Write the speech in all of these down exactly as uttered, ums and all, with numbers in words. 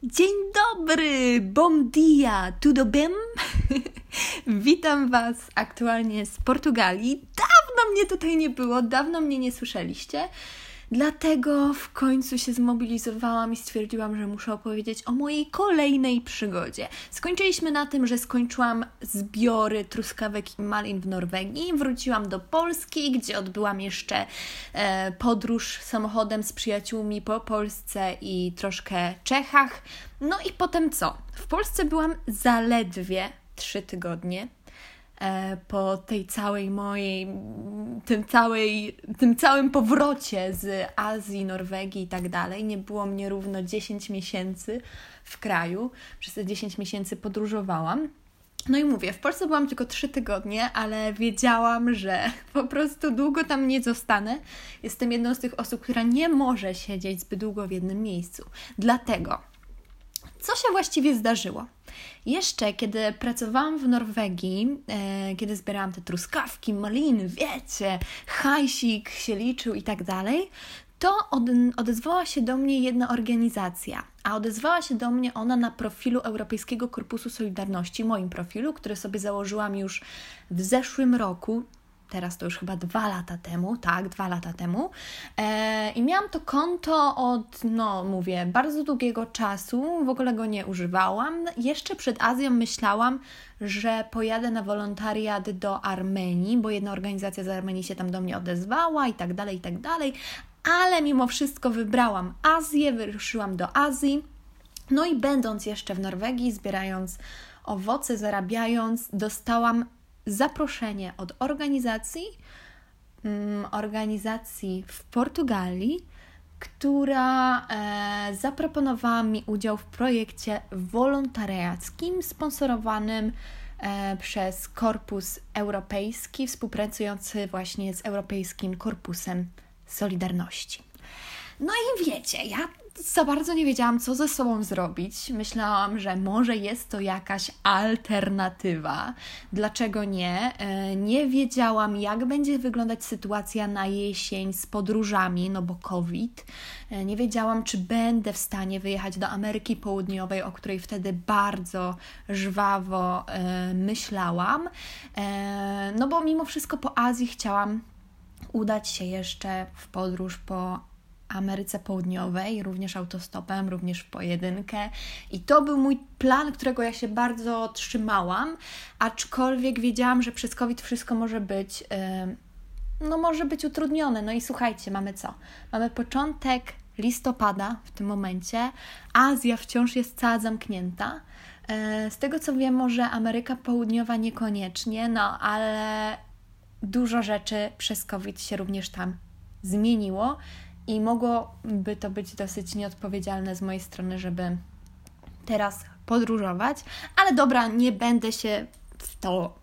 Dzień dobry, bom dia, tudo bem? Witam Was aktualnie z Portugalii. Dawno mnie tutaj nie było, dawno mnie nie słyszeliście. Dlatego w końcu się zmobilizowałam i stwierdziłam, że muszę opowiedzieć o mojej kolejnej przygodzie. Skończyliśmy na tym, że skończyłam zbiory truskawek i malin w Norwegii. Wróciłam do Polski, gdzie odbyłam jeszcze e, podróż samochodem z przyjaciółmi po Polsce i troszkę Czechach. No i potem co? W Polsce byłam zaledwie trzy tygodnie. Po tej całej mojej, tym, całej, tym całym powrocie z Azji, Norwegii i tak dalej. Nie było mnie równo dziesięć miesięcy w kraju. Przez te dziesięć miesięcy podróżowałam. No i mówię, w Polsce byłam tylko trzy tygodnie, ale wiedziałam, że po prostu długo tam nie zostanę. Jestem jedną z tych osób, która nie może siedzieć zbyt długo w jednym miejscu. Dlatego, co się właściwie zdarzyło? Jeszcze kiedy pracowałam w Norwegii, e, kiedy zbierałam te truskawki, maliny, wiecie, hajsik się liczył i tak dalej, to od, odezwała się do mnie jedna organizacja, a odezwała się do mnie ona na profilu Europejskiego Korpusu Solidarności, moim profilu, który sobie założyłam już w zeszłym roku. Teraz to już chyba dwa lata temu, tak, dwa lata temu. E, I miałam to konto od, no mówię, bardzo długiego czasu, w ogóle go nie używałam. Jeszcze przed Azją myślałam, że pojadę na wolontariat do Armenii, bo jedna organizacja z Armenii się tam do mnie odezwała i tak dalej, i tak dalej. Ale mimo wszystko wybrałam Azję, wyruszyłam do Azji. No i będąc jeszcze w Norwegii, zbierając owoce, zarabiając, dostałam zaproszenie od organizacji, um, organizacji w Portugalii, która e, zaproponowała mi udział w projekcie wolontariackim sponsorowanym e, przez Korpus Europejski, współpracujący właśnie z Europejskim Korpusem Solidarności. No i wiecie, ja za bardzo nie wiedziałam, co ze sobą zrobić. Myślałam, że może jest to jakaś alternatywa. Dlaczego nie? Nie wiedziałam, jak będzie wyglądać sytuacja na jesień z podróżami, no bo COVID. Nie wiedziałam, czy będę w stanie wyjechać do Ameryki Południowej, o której wtedy bardzo żwawo myślałam. No bo mimo wszystko po Azji chciałam udać się jeszcze w podróż po Ameryce Południowej, również autostopem, również w pojedynkę. I to był mój plan, którego ja się bardzo trzymałam, aczkolwiek wiedziałam, że przez COVID wszystko może być, yy, no może być utrudnione. No i słuchajcie, mamy co? Mamy początek listopada w tym momencie. Azja wciąż jest cała zamknięta. Yy, z tego co wiem, może Ameryka Południowa niekoniecznie, no ale dużo rzeczy przez COVID się również tam zmieniło. I mogłoby to być dosyć nieodpowiedzialne z mojej strony, żeby teraz podróżować. Ale dobra, nie będę się w to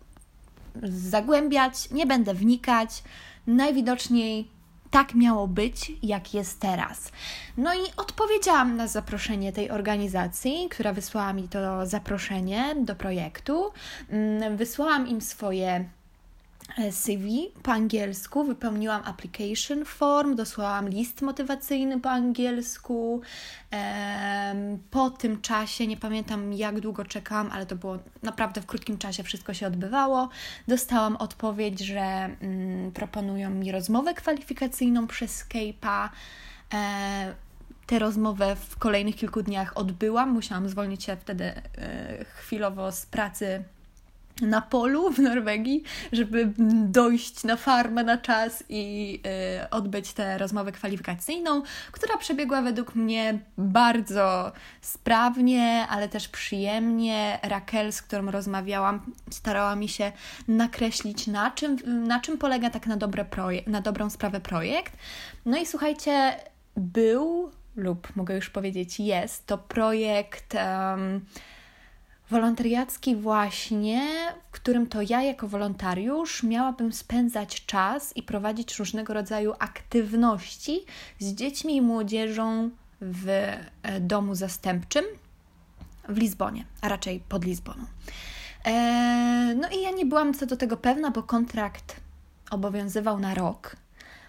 zagłębiać, nie będę wnikać. Najwidoczniej tak miało być, jak jest teraz. No i odpowiedziałam na zaproszenie tej organizacji, która wysłała mi to zaproszenie do projektu. Wysłałam im swoje C V po angielsku, wypełniłam application form, dosłałam list motywacyjny po angielsku. Po tym czasie, nie pamiętam jak długo czekałam, ale to było naprawdę w krótkim czasie, wszystko się odbywało. Dostałam odpowiedź, że mm, proponują mi rozmowę kwalifikacyjną przez Skype'a. E, Tę rozmowę w kolejnych kilku dniach odbyłam, musiałam zwolnić się wtedy e, chwilowo z pracy na polu w Norwegii, żeby dojść na farmę na czas i y, odbyć tę rozmowę kwalifikacyjną, która przebiegła według mnie bardzo sprawnie, ale też przyjemnie. Raquel, z którą rozmawiałam, starała mi się nakreślić, na czym, na czym polega tak na, dobre proje- na dobrą sprawę projekt. No i słuchajcie, był lub mogę już powiedzieć jest to projekt Um, wolontariacki właśnie, w którym to ja jako wolontariusz miałabym spędzać czas i prowadzić różnego rodzaju aktywności z dziećmi i młodzieżą w domu zastępczym w Lizbonie, a raczej pod Lizboną. Eee, no i ja nie byłam co do tego pewna, bo kontrakt obowiązywał na rok.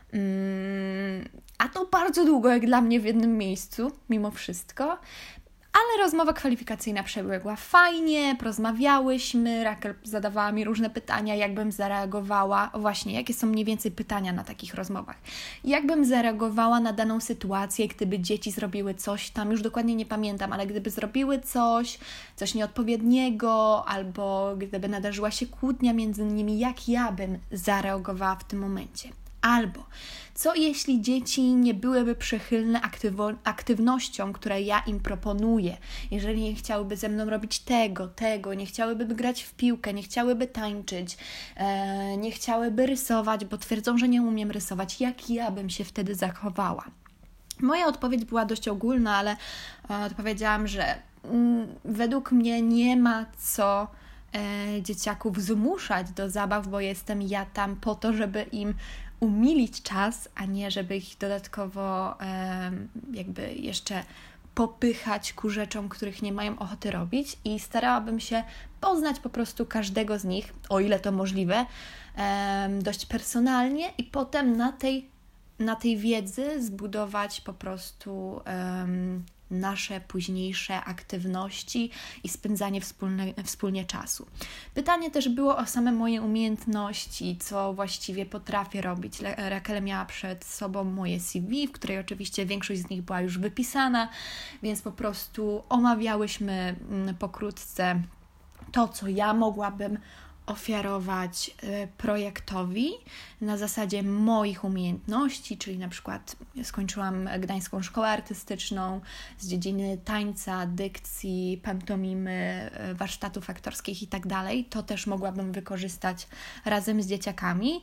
Mm, a to bardzo długo jak dla mnie w jednym miejscu, mimo wszystko. Ale rozmowa kwalifikacyjna przebiegła fajnie, porozmawiałyśmy, Rakel zadawała mi różne pytania, jakbym zareagowała, właśnie, jakie są mniej więcej pytania na takich rozmowach. Jakbym zareagowała na daną sytuację, gdyby dzieci zrobiły coś tam, już dokładnie nie pamiętam, ale gdyby zrobiły coś, coś nieodpowiedniego, albo gdyby nadarzyła się kłótnia między nimi, jak ja bym zareagowała w tym momencie. Albo co jeśli dzieci nie byłyby przychylne aktywo- aktywnościom, które ja im proponuję? Jeżeli nie chciałyby ze mną robić tego, tego, nie chciałyby grać w piłkę, nie chciałyby tańczyć, e, nie chciałyby rysować, bo twierdzą, że nie umiem rysować, jak ja bym się wtedy zachowała? Moja odpowiedź była dość ogólna, ale e, odpowiedziałam, że mm, według mnie nie ma co e, dzieciaków zmuszać do zabaw, bo jestem ja tam po to, żeby im umilić czas, a nie żeby ich dodatkowo e, jakby jeszcze popychać ku rzeczom, których nie mają ochoty robić, i starałabym się poznać po prostu każdego z nich, o ile to możliwe, e, dość personalnie, i potem na tej, na tej wiedzy zbudować po prostu e, nasze późniejsze aktywności i spędzanie wspólne, wspólnie czasu. Pytanie też było o same moje umiejętności, co właściwie potrafię robić. Rakel miała przed sobą moje C V, w której oczywiście większość z nich była już wypisana, więc po prostu omawiałyśmy pokrótce to, co ja mogłabym ofiarować projektowi na zasadzie moich umiejętności, czyli na przykład skończyłam Gdańską Szkołę Artystyczną z dziedziny tańca, dykcji, pantomimy, warsztatów aktorskich i tak dalej. To też mogłabym wykorzystać razem z dzieciakami.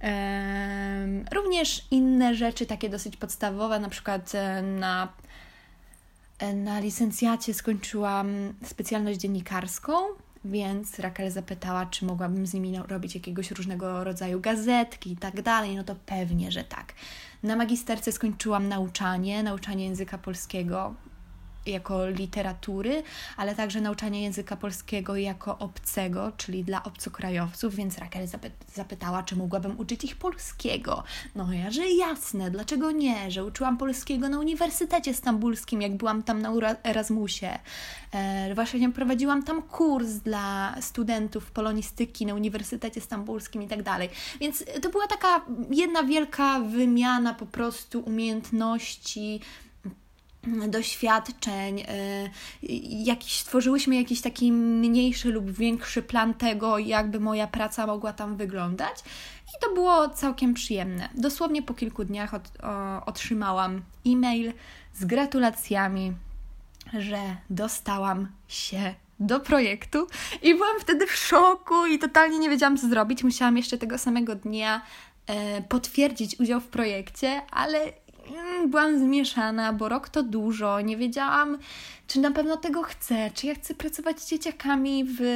Również inne rzeczy, takie dosyć podstawowe, na przykład na na licencjacie skończyłam specjalność dziennikarską, więc Rakel zapytała, czy mogłabym z nimi robić jakiegoś różnego rodzaju gazetki i tak dalej. No to pewnie, że tak. Na magisterce skończyłam nauczanie, nauczanie języka polskiego jako literatury, ale także nauczanie języka polskiego jako obcego, czyli dla obcokrajowców, więc Rakel zapy- zapytała, czy mogłabym uczyć ich polskiego. No ja, że jasne, dlaczego nie, że uczyłam polskiego na Uniwersytecie Stambulskim, jak byłam tam na Erasmusie. E, właśnie prowadziłam tam kurs dla studentów polonistyki na Uniwersytecie Stambulskim i tak dalej. Więc to była taka jedna wielka wymiana po prostu umiejętności, doświadczeń, jakiś, stworzyłyśmy jakiś taki mniejszy lub większy plan tego, jakby moja praca mogła tam wyglądać, i to było całkiem przyjemne. Dosłownie po kilku dniach od, o, otrzymałam e-mail z gratulacjami, że dostałam się do projektu, i byłam wtedy w szoku i totalnie nie wiedziałam, co zrobić. Musiałam jeszcze tego samego dnia e, potwierdzić udział w projekcie, ale byłam zmieszana, bo rok to dużo, nie wiedziałam, czy na pewno tego chcę, czy ja chcę pracować z dzieciakami w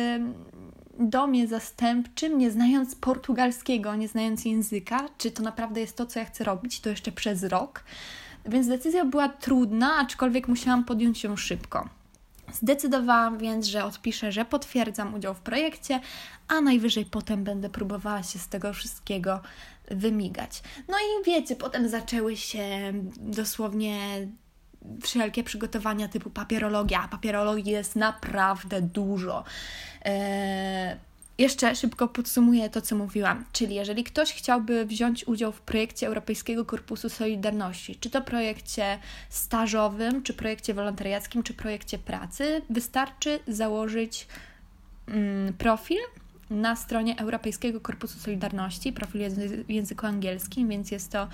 domie zastępczym, nie znając portugalskiego, nie znając języka, czy to naprawdę jest to, co ja chcę robić, to jeszcze przez rok. Więc decyzja była trudna, aczkolwiek musiałam podjąć ją szybko. Zdecydowałam więc, że odpiszę, że potwierdzam udział w projekcie, a najwyżej potem będę próbowała się z tego wszystkiego wymigać. No i wiecie, potem zaczęły się dosłownie wszelkie przygotowania typu papierologia, a papierologii jest naprawdę dużo. Eee, Jeszcze szybko podsumuję to, co mówiłam, czyli jeżeli ktoś chciałby wziąć udział w projekcie Europejskiego Korpusu Solidarności, czy to projekcie stażowym, czy projekcie wolontariackim, czy projekcie pracy, wystarczy założyć mm, profil na stronie Europejskiego Korpusu Solidarności. Profil jest w języku angielskim, więc jest to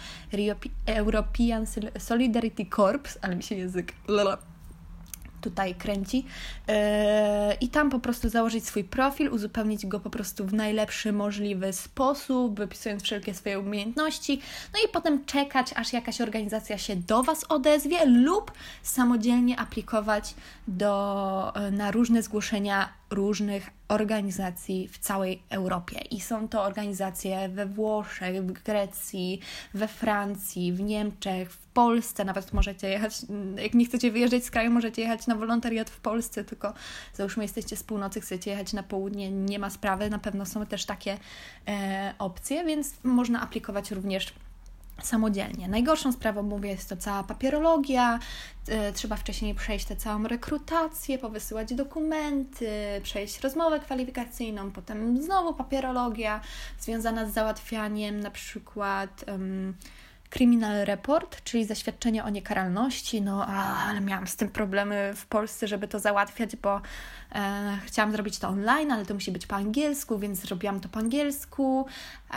European Solidarity Corps, ale mi się język lala, tutaj kręci. Yy, I tam po prostu założyć swój profil, uzupełnić go po prostu w najlepszy możliwy sposób, wypisując wszelkie swoje umiejętności, no i potem czekać, aż jakaś organizacja się do Was odezwie, lub samodzielnie aplikować do, na różne zgłoszenia różnych organizacji w całej Europie. I są to organizacje we Włoszech, w Grecji, we Francji, w Niemczech, w Polsce. Nawet możecie jechać, jak nie chcecie wyjeżdżać z kraju, możecie jechać na wolontariat w Polsce, tylko załóżmy jesteście z północy, chcecie jechać na południe, nie ma sprawy, na pewno są też takie e, opcje, więc można aplikować również samodzielnie. Najgorszą sprawą, mówię, jest to cała papierologia, y, trzeba wcześniej przejść tę całą rekrutację, powysyłać dokumenty, przejść rozmowę kwalifikacyjną, potem znowu papierologia związana z załatwianiem na przykład um, criminal report, czyli zaświadczenie o niekaralności, no ale miałam z tym problemy w Polsce, żeby to załatwiać, bo e, chciałam zrobić to online, ale to musi być po angielsku, więc zrobiłam to po angielsku.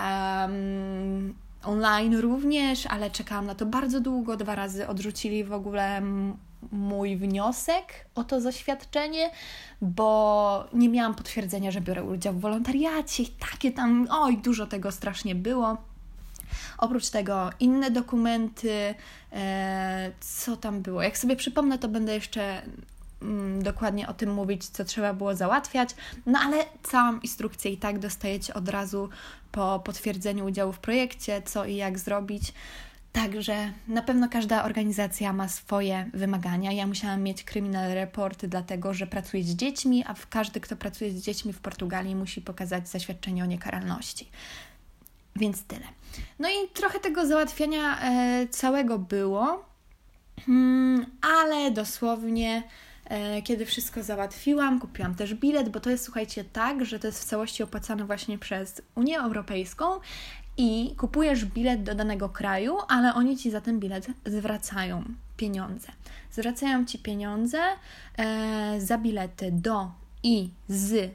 Um, Online również, ale czekałam na to bardzo długo. Dwa razy odrzucili w ogóle m- mój wniosek o to zaświadczenie, bo nie miałam potwierdzenia, że biorę udział w wolontariacie i takie tam, oj, dużo tego strasznie było. Oprócz tego inne dokumenty, e, co tam było. Jak sobie przypomnę, to będę jeszcze mm, dokładnie o tym mówić, co trzeba było załatwiać, no ale całą instrukcję i tak dostajecie od razu po potwierdzeniu udziału w projekcie, co i jak zrobić. Także na pewno każda organizacja ma swoje wymagania. Ja musiałam mieć criminal report, dlatego że pracuję z dziećmi, a każdy, kto pracuje z dziećmi w Portugalii, musi pokazać zaświadczenie o niekaralności. Więc tyle. No i trochę tego załatwiania e, całego było, hmm, ale dosłownie e, kiedy wszystko załatwiłam, kupiłam też bilet, bo to jest, słuchajcie, tak, że to jest w całości opłacane właśnie przez Unię Europejską i kupujesz bilet do danego kraju, ale oni Ci za ten bilet zwracają pieniądze. Zwracają Ci pieniądze e, za bilety do i z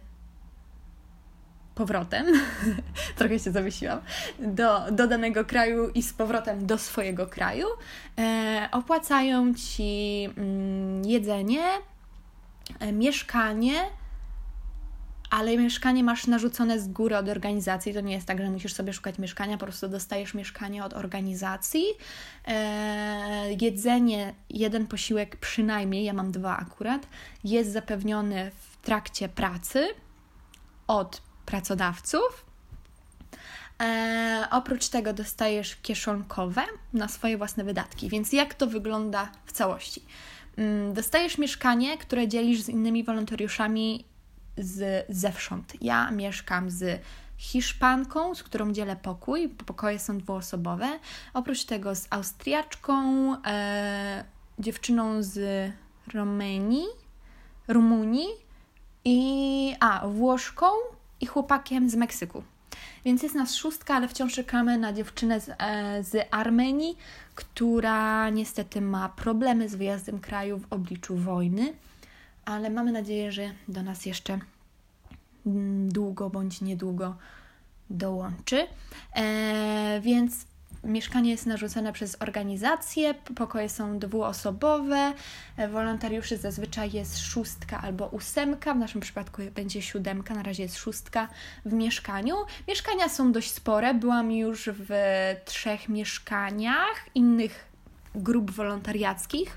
powrotem, trochę się zawiesiłam, do, do danego kraju i z powrotem do swojego kraju. E, opłacają Ci mm, jedzenie, e, mieszkanie, ale mieszkanie masz narzucone z góry od organizacji. To nie jest tak, że musisz sobie szukać mieszkania, po prostu dostajesz mieszkanie od organizacji. E, jedzenie, jeden posiłek przynajmniej, ja mam dwa akurat, jest zapewniony w trakcie pracy od pracodawców. E, oprócz tego dostajesz kieszonkowe na swoje własne wydatki. Więc jak to wygląda w całości? Mm, dostajesz mieszkanie, które dzielisz z innymi wolontariuszami z zewsząd. Ja mieszkam z Hiszpanką, z którą dzielę pokój, bo pokoje są dwuosobowe. Oprócz tego z Austriaczką, e, dziewczyną z Rumunii, Rumunii i a, Włoszką i chłopakiem z Meksyku. Więc jest nas szóstka, ale wciąż czekamy na dziewczynę z, e, z Armenii, która niestety ma problemy z wyjazdem kraju w obliczu wojny, ale mamy nadzieję, że do nas jeszcze długo bądź niedługo dołączy. E, więc mieszkanie jest narzucone przez organizację, pokoje są dwuosobowe, wolontariuszy zazwyczaj jest szóstka albo ósemka, w naszym przypadku będzie siódemka, na razie jest szóstka w mieszkaniu. Mieszkania są dość spore, byłam już w trzech mieszkaniach innych grup wolontariackich,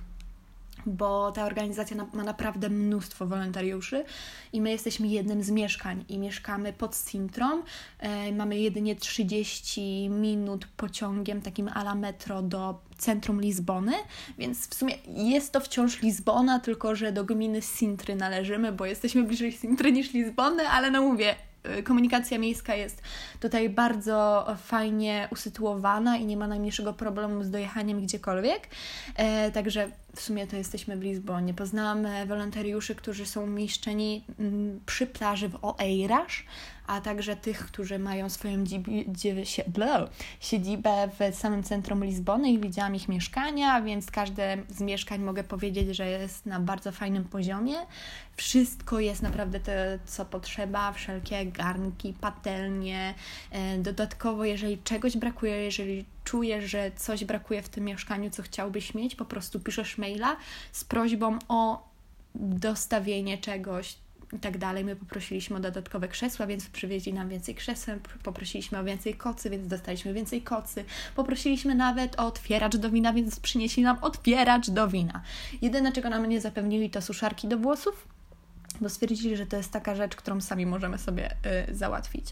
bo ta organizacja ma naprawdę mnóstwo wolontariuszy i my jesteśmy jednym z mieszkań i mieszkamy pod Sintrą. E, mamy jedynie trzydzieści minut pociągiem takim a la metro do centrum Lizbony, więc w sumie jest to wciąż Lizbona, tylko że do gminy Sintry należymy, bo jesteśmy bliżej Sintry niż Lizbony, ale no mówię, komunikacja miejska jest tutaj bardzo fajnie usytuowana i nie ma najmniejszego problemu z dojechaniem gdziekolwiek. E, także w sumie to jesteśmy w Lizbonie. Poznałam wolontariuszy, którzy są umieszczeni m, przy plaży w Oeiras, a także tych, którzy mają swoją dziebi- dziebi- sie- blah, siedzibę w samym centrum Lizbony i widziałam ich mieszkania, więc każde z mieszkań mogę powiedzieć, że jest na bardzo fajnym poziomie. Wszystko jest naprawdę to, co potrzeba, wszelkie garnki, patelnie. Dodatkowo, jeżeli czegoś brakuje, jeżeli czujesz, że coś brakuje w tym mieszkaniu, co chciałbyś mieć, po prostu piszesz maila z prośbą o dostawienie czegoś i tak dalej. My poprosiliśmy o dodatkowe krzesła, więc przywieźli nam więcej krzeseł, poprosiliśmy o więcej kocy, więc dostaliśmy więcej kocy, poprosiliśmy nawet o otwieracz do wina, więc przynieśli nam otwieracz do wina. Jedyne, czego nam nie zapewnili, to suszarki do włosów, bo stwierdzili, że to jest taka rzecz, którą sami możemy sobie y, załatwić.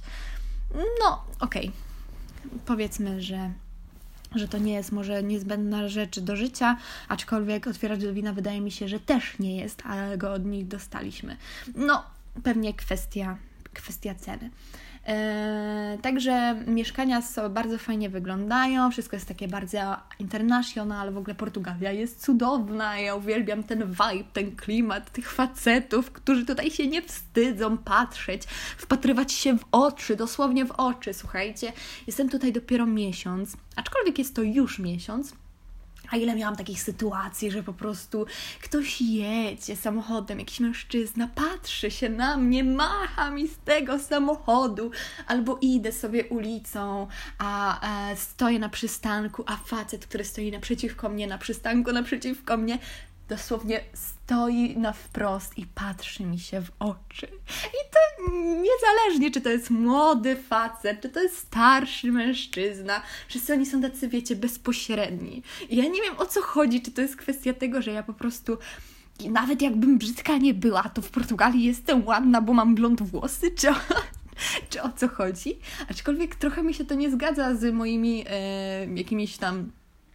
No, okej. Okay. Powiedzmy, że że to nie jest może niezbędna rzecz do życia, aczkolwiek otwieracz do wina wydaje mi się, że też nie jest, ale go od nich dostaliśmy. No, pewnie kwestia kwestia ceny. Eee, także mieszkania są, bardzo fajnie wyglądają, wszystko jest takie bardzo international, w ogóle Portugalia jest cudowna, ja uwielbiam ten vibe, ten klimat tych facetów, którzy tutaj się nie wstydzą patrzeć, wpatrywać się w oczy, dosłownie w oczy, słuchajcie, jestem tutaj dopiero miesiąc, aczkolwiek jest to już miesiąc. A ile miałam takich sytuacji, że po prostu ktoś jedzie samochodem, jakiś mężczyzna patrzy się na mnie, macha mi z tego samochodu, albo idę sobie ulicą, a e, stoję na przystanku, a facet, który stoi naprzeciwko mnie, na przystanku naprzeciwko mnie, dosłownie stoi na wprost i patrzy mi się w oczy. I to niezależnie, czy to jest młody facet, czy to jest starszy mężczyzna. Wszyscy oni są tacy, wiecie, bezpośredni. I ja nie wiem, o co chodzi, czy to jest kwestia tego, że ja po prostu, nawet jakbym brzydka nie była, to w Portugalii jestem ładna, bo mam blond włosy, czy o, czy o co chodzi? Aczkolwiek trochę mi się to nie zgadza z moimi e, jakimiś tam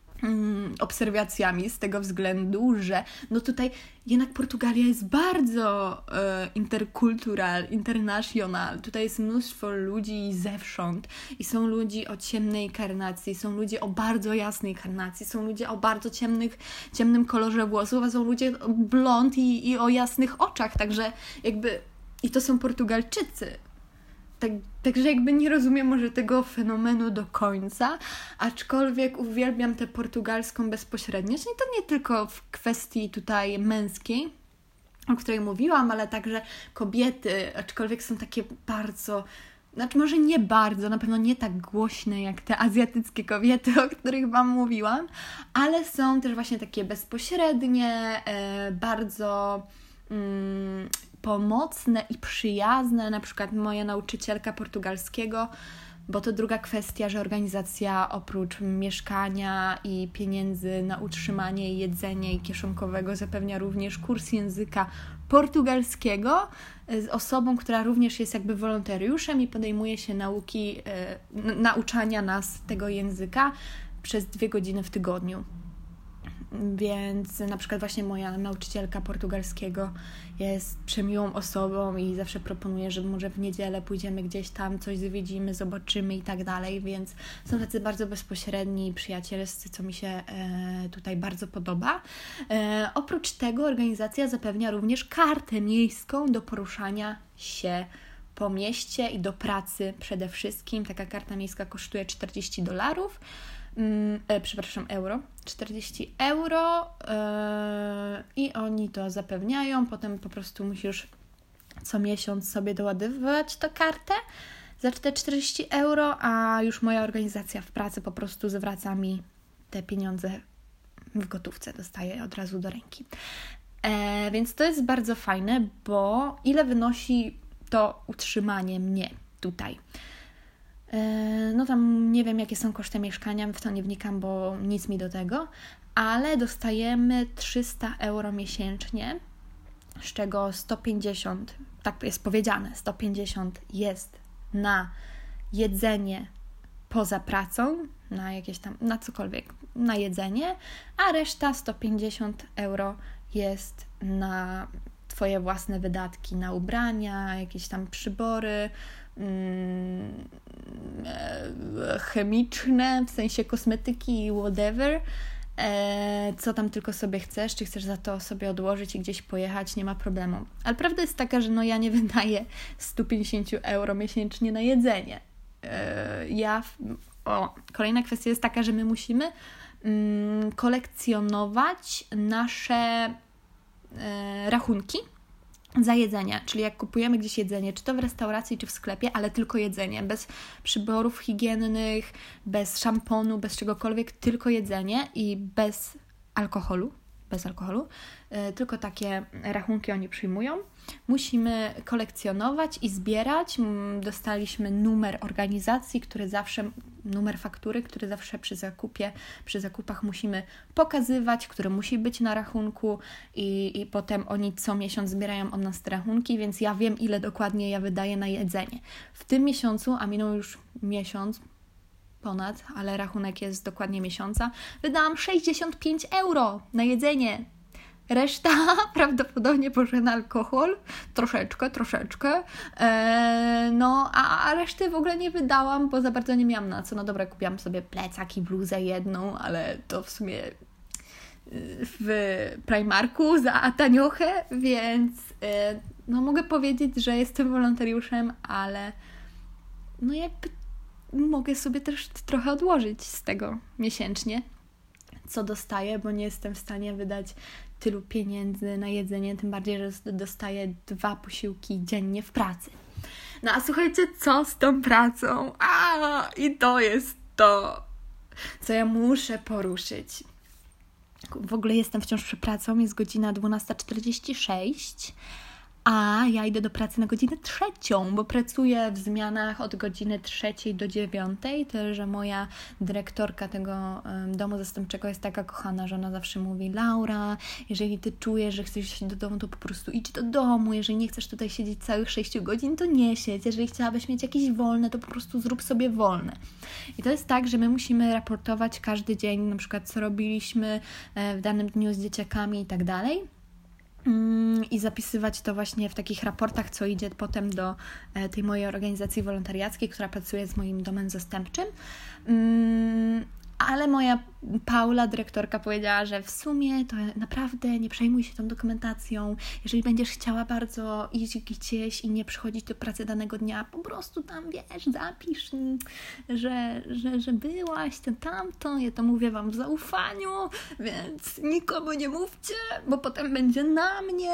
obserwacjami z tego względu, że no tutaj jednak Portugalia jest bardzo e, interkultural, international. Tutaj jest mnóstwo ludzi zewsząd i są ludzie o ciemnej karnacji, są ludzie o bardzo jasnej karnacji, są ludzie o bardzo ciemnych, ciemnym kolorze włosów, a są ludzie blond i, i o jasnych oczach, także jakby i to są Portugalczycy. Tak, także jakby nie rozumiem może tego fenomenu do końca, aczkolwiek uwielbiam tę portugalską bezpośredniość i to nie tylko w kwestii tutaj męskiej, o której mówiłam, ale także kobiety, aczkolwiek są takie bardzo, znaczy może nie bardzo, na pewno nie tak głośne jak te azjatyckie kobiety, o których Wam mówiłam, ale są też właśnie takie bezpośrednie, e, bardzo... Mm, pomocne i przyjazne, na przykład moja nauczycielka portugalskiego, bo to druga kwestia, że organizacja oprócz mieszkania i pieniędzy na utrzymanie, jedzenie i kieszonkowego zapewnia również kurs języka portugalskiego z osobą, która również jest jakby wolontariuszem i podejmuje się nauki, e, nauczania nas tego języka przez dwie godziny w tygodniu. Więc na przykład właśnie moja nauczycielka portugalskiego jest przemiłą osobą i zawsze proponuje, że może w niedzielę pójdziemy gdzieś tam, coś zwiedzimy, zobaczymy i tak dalej, więc są tacy bardzo bezpośredni, przyjacielscy, co mi się e, tutaj bardzo podoba. E, oprócz tego organizacja zapewnia również kartę miejską do poruszania się po mieście i do pracy przede wszystkim. Taka karta miejska kosztuje czterdzieści dolarów. E, przepraszam, euro, czterdzieści euro e, i oni to zapewniają, potem po prostu musisz co miesiąc sobie doładowywać tę kartę za te czterdzieści euro, a już moja organizacja w pracy po prostu zwraca mi te pieniądze w gotówce, dostaję od razu do ręki. E, więc to jest bardzo fajne, bo ile wynosi to utrzymanie mnie tutaj? No tam nie wiem, jakie są koszty mieszkania, w to nie wnikam, bo nic mi do tego, ale dostajemy trzysta euro miesięcznie, z czego sto pięćdziesiąt, tak jest powiedziane, sto pięćdziesiąt jest na jedzenie poza pracą, na jakieś tam, na cokolwiek, na jedzenie, a reszta sto pięćdziesiąt euro jest na Twoje własne wydatki, na ubrania, jakieś tam przybory, chemiczne, w sensie kosmetyki i whatever, e, co tam tylko sobie chcesz, czy chcesz za to sobie odłożyć i gdzieś pojechać, nie ma problemu. Ale prawda jest taka, że no ja nie wydaję sto pięćdziesiąt euro miesięcznie na jedzenie. E, ja, o, kolejna kwestia jest taka, że my musimy mm, kolekcjonować nasze e, rachunki za jedzenie, czyli jak kupujemy gdzieś jedzenie, czy to w restauracji, czy w sklepie, ale tylko jedzenie, bez przyborów higiennych, bez szamponu, bez czegokolwiek, tylko jedzenie i bez alkoholu, bez alkoholu, yy, tylko takie rachunki oni przyjmują. Musimy kolekcjonować i zbierać. Dostaliśmy numer organizacji, który zawsze, numer faktury, który zawsze przy zakupie, przy zakupach musimy pokazywać, który musi być na rachunku i, i potem oni co miesiąc zbierają od nas te rachunki, więc ja wiem, ile dokładnie ja wydaję na jedzenie. W tym miesiącu, a minął już miesiąc, ponad, ale rachunek jest dokładnie miesiąca, wydałam sześćdziesiąt pięć euro na jedzenie. Reszta prawdopodobnie poszła na alkohol, troszeczkę, troszeczkę, eee, no a, a reszty w ogóle nie wydałam, bo za bardzo nie miałam na co. No dobra, kupiłam sobie plecak i bluzę jedną, ale to w sumie w Primarku za taniochę, więc e, no mogę powiedzieć, że jestem wolontariuszem, ale no jakby mogę sobie też trochę odłożyć z tego miesięcznie, co dostaję, bo nie jestem w stanie wydać tylu pieniędzy na jedzenie, tym bardziej, że dostaję dwa posiłki dziennie w pracy. No a słuchajcie, co z tą pracą? A, i to jest to, co ja muszę poruszyć. W ogóle jestem wciąż przy pracą, jest godzina dwunasta czterdzieści sześć, a ja idę do pracy na godzinę trzecią, bo pracuję w zmianach od godziny trzeciej do dziewiątej. To, że moja dyrektorka tego um, domu zastępczego jest taka kochana, że ona zawsze mówi: Laura, jeżeli ty czujesz, że chcesz iść do domu, to po prostu idź do domu. Jeżeli nie chcesz tutaj siedzieć całych sześciu godzin, to nie siedź. Jeżeli chciałabyś mieć jakieś wolne, to po prostu zrób sobie wolne. I to jest tak, że my musimy raportować każdy dzień, na przykład co robiliśmy w danym dniu z dzieciakami i tak dalej. I zapisywać to właśnie w takich raportach, co idzie potem do tej mojej organizacji wolontariackiej, która pracuje z moim domem zastępczym. Ale moja Paula, dyrektorka, powiedziała, że w sumie to naprawdę nie przejmuj się tą dokumentacją. Jeżeli będziesz chciała bardzo iść gdzieś i nie przychodzić do pracy danego dnia, po prostu tam, wiesz, zapisz, że, że, że byłaś, to tamto. Ja to mówię Wam w zaufaniu, więc nikomu nie mówcie, bo potem będzie na mnie.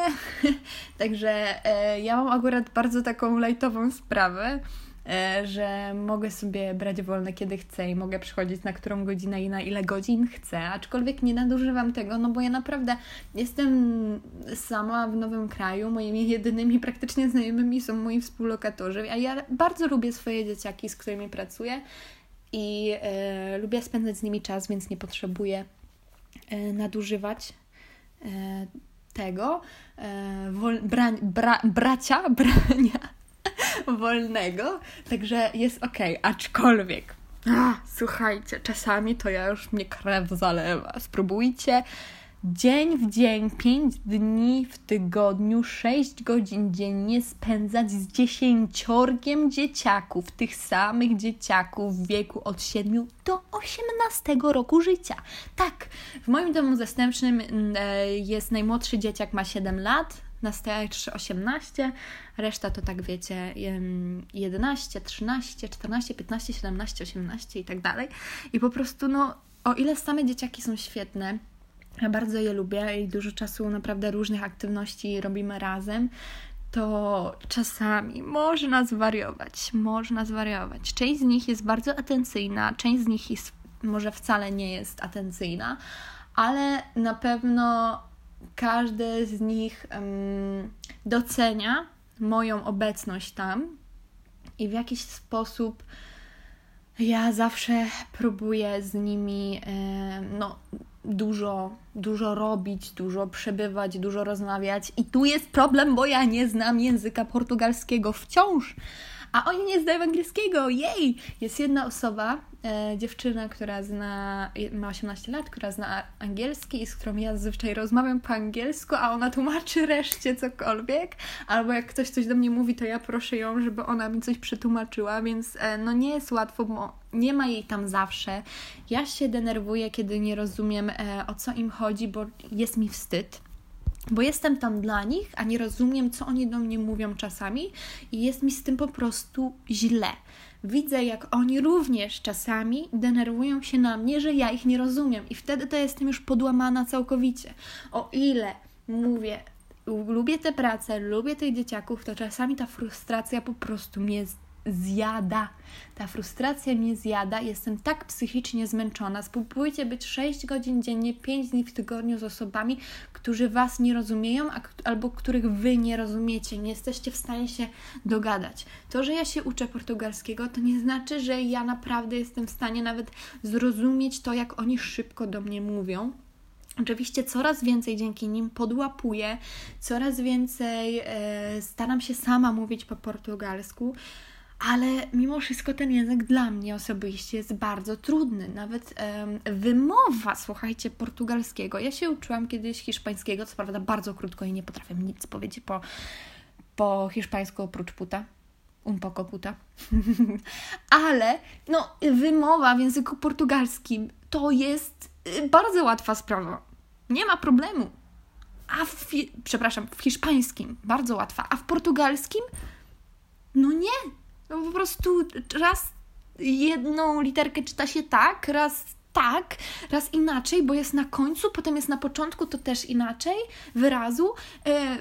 Także e, ja mam akurat bardzo taką lajtową sprawę, że mogę sobie brać wolne kiedy chcę i mogę przychodzić na którą godzinę i na ile godzin chcę, aczkolwiek nie nadużywam tego, no bo ja naprawdę jestem sama w nowym kraju, moimi jedynymi praktycznie znajomymi są moi współlokatorzy, a ja bardzo lubię swoje dzieciaki, z którymi pracuję i e, lubię spędzać z nimi czas, więc nie potrzebuję e, nadużywać e, tego e, wol, brań, bra, bracia, brania wolnego, także jest okej, okay. Aczkolwiek ach, słuchajcie, czasami to ja już mnie krew zalewa. Spróbujcie dzień w dzień, pięć dni w tygodniu, sześć godzin dziennie spędzać z dziesięciorgiem dzieciaków, tych samych dzieciaków w wieku od siedmiu do osiemnastego roku życia. Tak, w moim domu zastępczym jest najmłodszy dzieciak, ma siedem lat, najstarszy osiemnaście, reszta to tak wiecie jedenaście, trzynaście, czternaście, piętnaście, siedemnaście, osiemnaście i tak dalej. I po prostu no, o ile same dzieciaki są świetne, ja bardzo je lubię i dużo czasu naprawdę różnych aktywności robimy razem, to czasami można zwariować, można zwariować. Część z nich jest bardzo atencyjna, część z nich jest, może wcale nie jest atencyjna, ale na pewno każdy z nich um, docenia moją obecność tam i w jakiś sposób ja zawsze próbuję z nimi e, no, dużo, dużo robić, dużo przebywać, dużo rozmawiać. I tu jest problem, bo ja nie znam języka portugalskiego wciąż, a oni nie znają angielskiego. Jej! Jest jedna osoba, e, dziewczyna, która zna, ma osiemnaście lat, która zna angielski i z którą ja zazwyczaj rozmawiam po angielsku, a ona tłumaczy reszcie cokolwiek. Albo jak ktoś coś do mnie mówi, to ja proszę ją, żeby ona mi coś przetłumaczyła, więc e, no nie jest łatwo, bo nie ma jej tam zawsze. Ja się denerwuję, kiedy nie rozumiem, e, o co im chodzi, bo jest mi wstyd. Bo jestem tam dla nich, a nie rozumiem, co oni do mnie mówią czasami i jest mi z tym po prostu źle. Widzę, jak oni również czasami denerwują się na mnie, że ja ich nie rozumiem i wtedy to jestem już podłamana całkowicie. O ile mówię, lubię tę pracę, lubię tych dzieciaków, to czasami ta frustracja po prostu mnie zjada. Ta frustracja mnie zjada. Jestem tak psychicznie zmęczona. Spróbujcie być sześć godzin dziennie, pięć dni w tygodniu z osobami, którzy Was nie rozumieją, a, albo których Wy nie rozumiecie. Nie jesteście w stanie się dogadać. To, że ja się uczę portugalskiego, to nie znaczy, że ja naprawdę jestem w stanie nawet zrozumieć to, jak oni szybko do mnie mówią. Oczywiście coraz więcej dzięki nim podłapuję, coraz więcej e, staram się sama mówić po portugalsku, ale mimo wszystko ten język dla mnie osobiście jest bardzo trudny. Nawet um, wymowa, słuchajcie, portugalskiego. Ja się uczyłam kiedyś hiszpańskiego, co prawda bardzo krótko i nie potrafię nic powiedzieć po, po hiszpańsku oprócz puta. Un poco puta. Ale no, wymowa w języku portugalskim to jest bardzo łatwa sprawa. Nie ma problemu. A w, przepraszam, w hiszpańskim bardzo łatwa, a w portugalskim no nie. No po prostu raz jedną literkę czyta się tak, raz tak, raz inaczej, bo jest na końcu, potem jest na początku, to też inaczej wyrazu. E, e,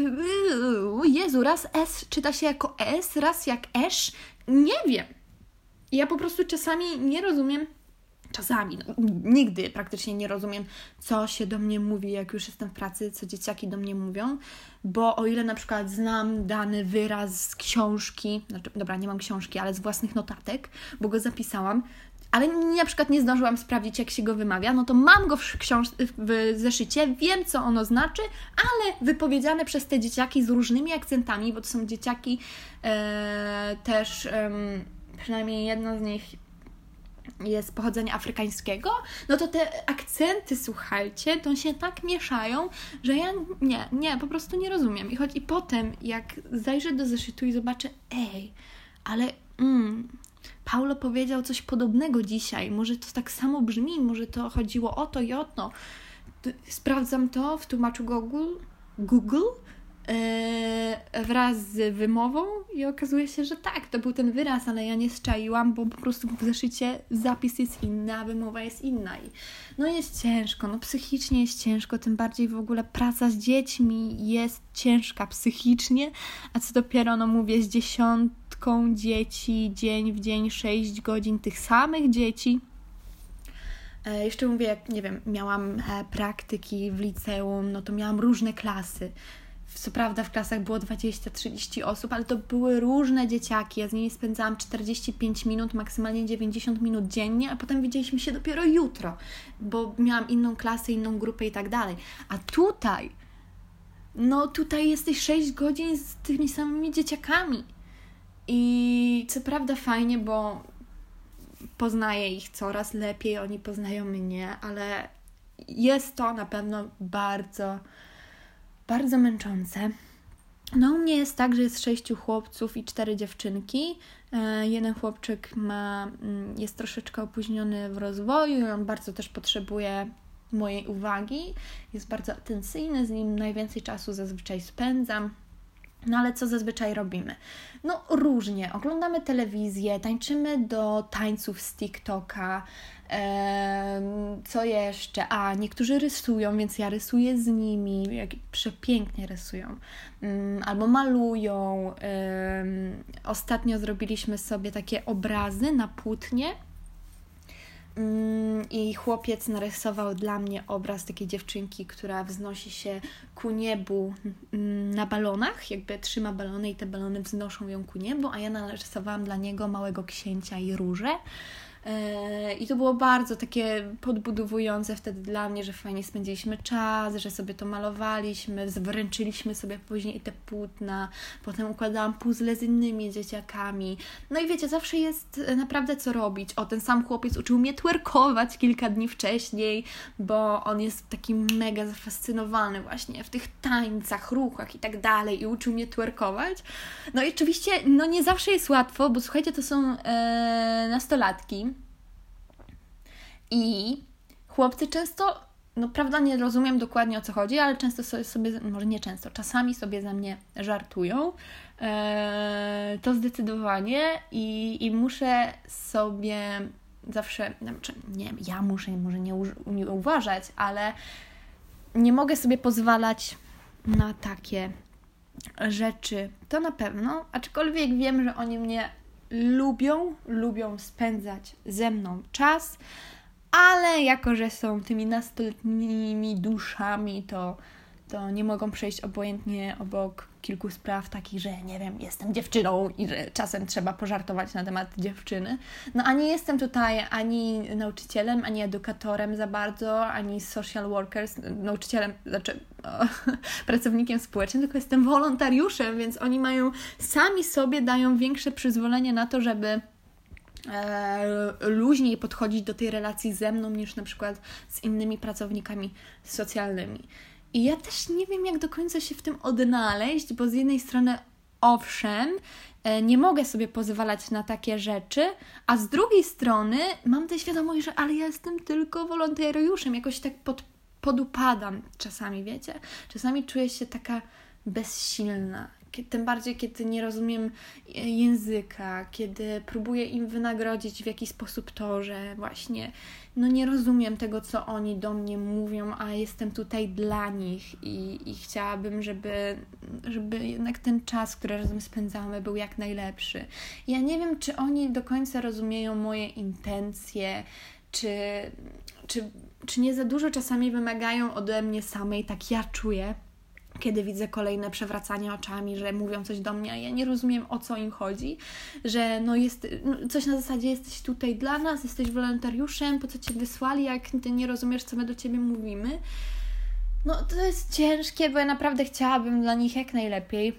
e, Jezu, raz S czyta się jako S, raz jak esz. Nie wiem. Ja po prostu czasami nie rozumiem, czasami, no, nigdy praktycznie nie rozumiem, co się do mnie mówi, jak już jestem w pracy, co dzieciaki do mnie mówią, bo o ile na przykład znam dany wyraz z książki, znaczy, dobra, nie mam książki, ale z własnych notatek, bo go zapisałam, ale na przykład nie zdążyłam sprawdzić, jak się go wymawia, no to mam go w, książ- w zeszycie, wiem, co ono znaczy, ale wypowiedziane przez te dzieciaki z różnymi akcentami, bo to są dzieciaki e, też, e, przynajmniej jedno z nich jest pochodzenia afrykańskiego, no to te akcenty, słuchajcie, to się tak mieszają, że ja nie, nie, po prostu nie rozumiem. I choć i potem, jak zajrzę do zeszytu i zobaczę, ej, ale mm, Paulo powiedział coś podobnego dzisiaj, może to tak samo brzmi, może to chodziło o to i o to. Sprawdzam to w tłumaczu Google, Google Yy, wraz z wymową i okazuje się, że tak, to był ten wyraz, ale ja nie zczaiłam, bo po prostu w zeszycie zapis jest inny, a wymowa jest inna. I no jest ciężko, no psychicznie jest ciężko, tym bardziej w ogóle praca z dziećmi jest ciężka psychicznie, a co dopiero, no mówię, z dziesiątką dzieci, dzień w dzień, sześć godzin tych samych dzieci. E, jeszcze mówię, jak, nie wiem, miałam e, praktyki w liceum, no to miałam różne klasy. Co prawda w klasach było dwadzieścia trzydzieści osób, ale to były różne dzieciaki. Ja z nimi spędzałam czterdzieści pięć minut, maksymalnie dziewięćdziesiąt minut dziennie, a potem widzieliśmy się dopiero jutro, bo miałam inną klasę, inną grupę i tak dalej. A tutaj, no tutaj jesteś sześć godzin z tymi samymi dzieciakami. I co prawda fajnie, bo poznaję ich coraz lepiej, oni poznają mnie, ale jest to na pewno bardzo... bardzo męczące. No u mnie jest tak, że jest sześciu chłopców i cztery dziewczynki. E, jeden chłopczyk ma, jest troszeczkę opóźniony w rozwoju i on bardzo też potrzebuje mojej uwagi. Jest bardzo atencyjny, z nim najwięcej czasu zazwyczaj spędzam. No ale co zazwyczaj robimy? No różnie. Oglądamy telewizję, tańczymy do tańców z TikToka. Eee, co jeszcze? A, niektórzy rysują, więc ja rysuję z nimi. Jak przepięknie rysują. Um, albo malują. Um, ostatnio zrobiliśmy sobie takie obrazy na płótnie. I chłopiec narysował dla mnie obraz takiej dziewczynki, która wznosi się ku niebu na balonach, jakby trzyma balony i te balony wznoszą ją ku niebu, a ja narysowałam dla niego małego księcia i różę. I to było bardzo takie podbudowujące wtedy dla mnie, że fajnie spędziliśmy czas, że sobie to malowaliśmy, wręczyliśmy sobie później te płótna, potem układałam puzzle z innymi dzieciakami. No i wiecie, zawsze jest naprawdę co robić. O, ten sam chłopiec uczył mnie twerkować kilka dni wcześniej, bo on jest taki mega zafascynowany właśnie w tych tańcach, ruchach i tak dalej i uczył mnie twerkować. No i oczywiście, no nie zawsze jest łatwo, bo słuchajcie, to są e, nastolatki. I chłopcy często, no prawda, nie rozumiem dokładnie o co chodzi, ale często sobie, sobie może nie często, czasami sobie ze mnie żartują. Eee, to zdecydowanie i, i muszę sobie zawsze, znaczy nie ja muszę, może nie, u, nie uważać, ale nie mogę sobie pozwalać na takie rzeczy. To na pewno, aczkolwiek wiem, że oni mnie lubią, lubią spędzać ze mną czas, ale jako, że są tymi nastoletnimi duszami, to to nie mogą przejść obojętnie obok kilku spraw takich, że nie wiem, jestem dziewczyną i że czasem trzeba pożartować na temat dziewczyny. No a nie jestem tutaj ani nauczycielem, ani edukatorem za bardzo, ani social workers, nauczycielem, znaczy o, pracownikiem społecznym, tylko jestem wolontariuszem, więc oni mają, sami sobie dają większe przyzwolenie na to, żeby e, luźniej podchodzić do tej relacji ze mną niż na przykład z innymi pracownikami socjalnymi. I ja też nie wiem, jak do końca się w tym odnaleźć, bo z jednej strony owszem, nie mogę sobie pozwalać na takie rzeczy, a z drugiej strony mam tę świadomość, że ale ja jestem tylko wolontariuszem, jakoś tak pod, podupadam czasami, wiecie? Czasami czuję się taka bezsilna. Tym bardziej, kiedy nie rozumiem języka, kiedy próbuję im wynagrodzić w jakiś sposób to, że właśnie no nie rozumiem tego, co oni do mnie mówią, a jestem tutaj dla nich i, i chciałabym, żeby, żeby jednak ten czas, który razem spędzamy, był jak najlepszy. Ja nie wiem, czy oni do końca rozumieją moje intencje, czy, czy, czy nie za dużo czasami wymagają ode mnie samej, tak ja czuję, kiedy widzę kolejne przewracanie oczami, że mówią coś do mnie, a ja nie rozumiem, o co im chodzi, że no jest no coś na zasadzie jesteś tutaj dla nas, jesteś wolontariuszem, po co Cię wysłali, jak Ty nie rozumiesz, co my do Ciebie mówimy. No to jest ciężkie, bo ja naprawdę chciałabym dla nich jak najlepiej.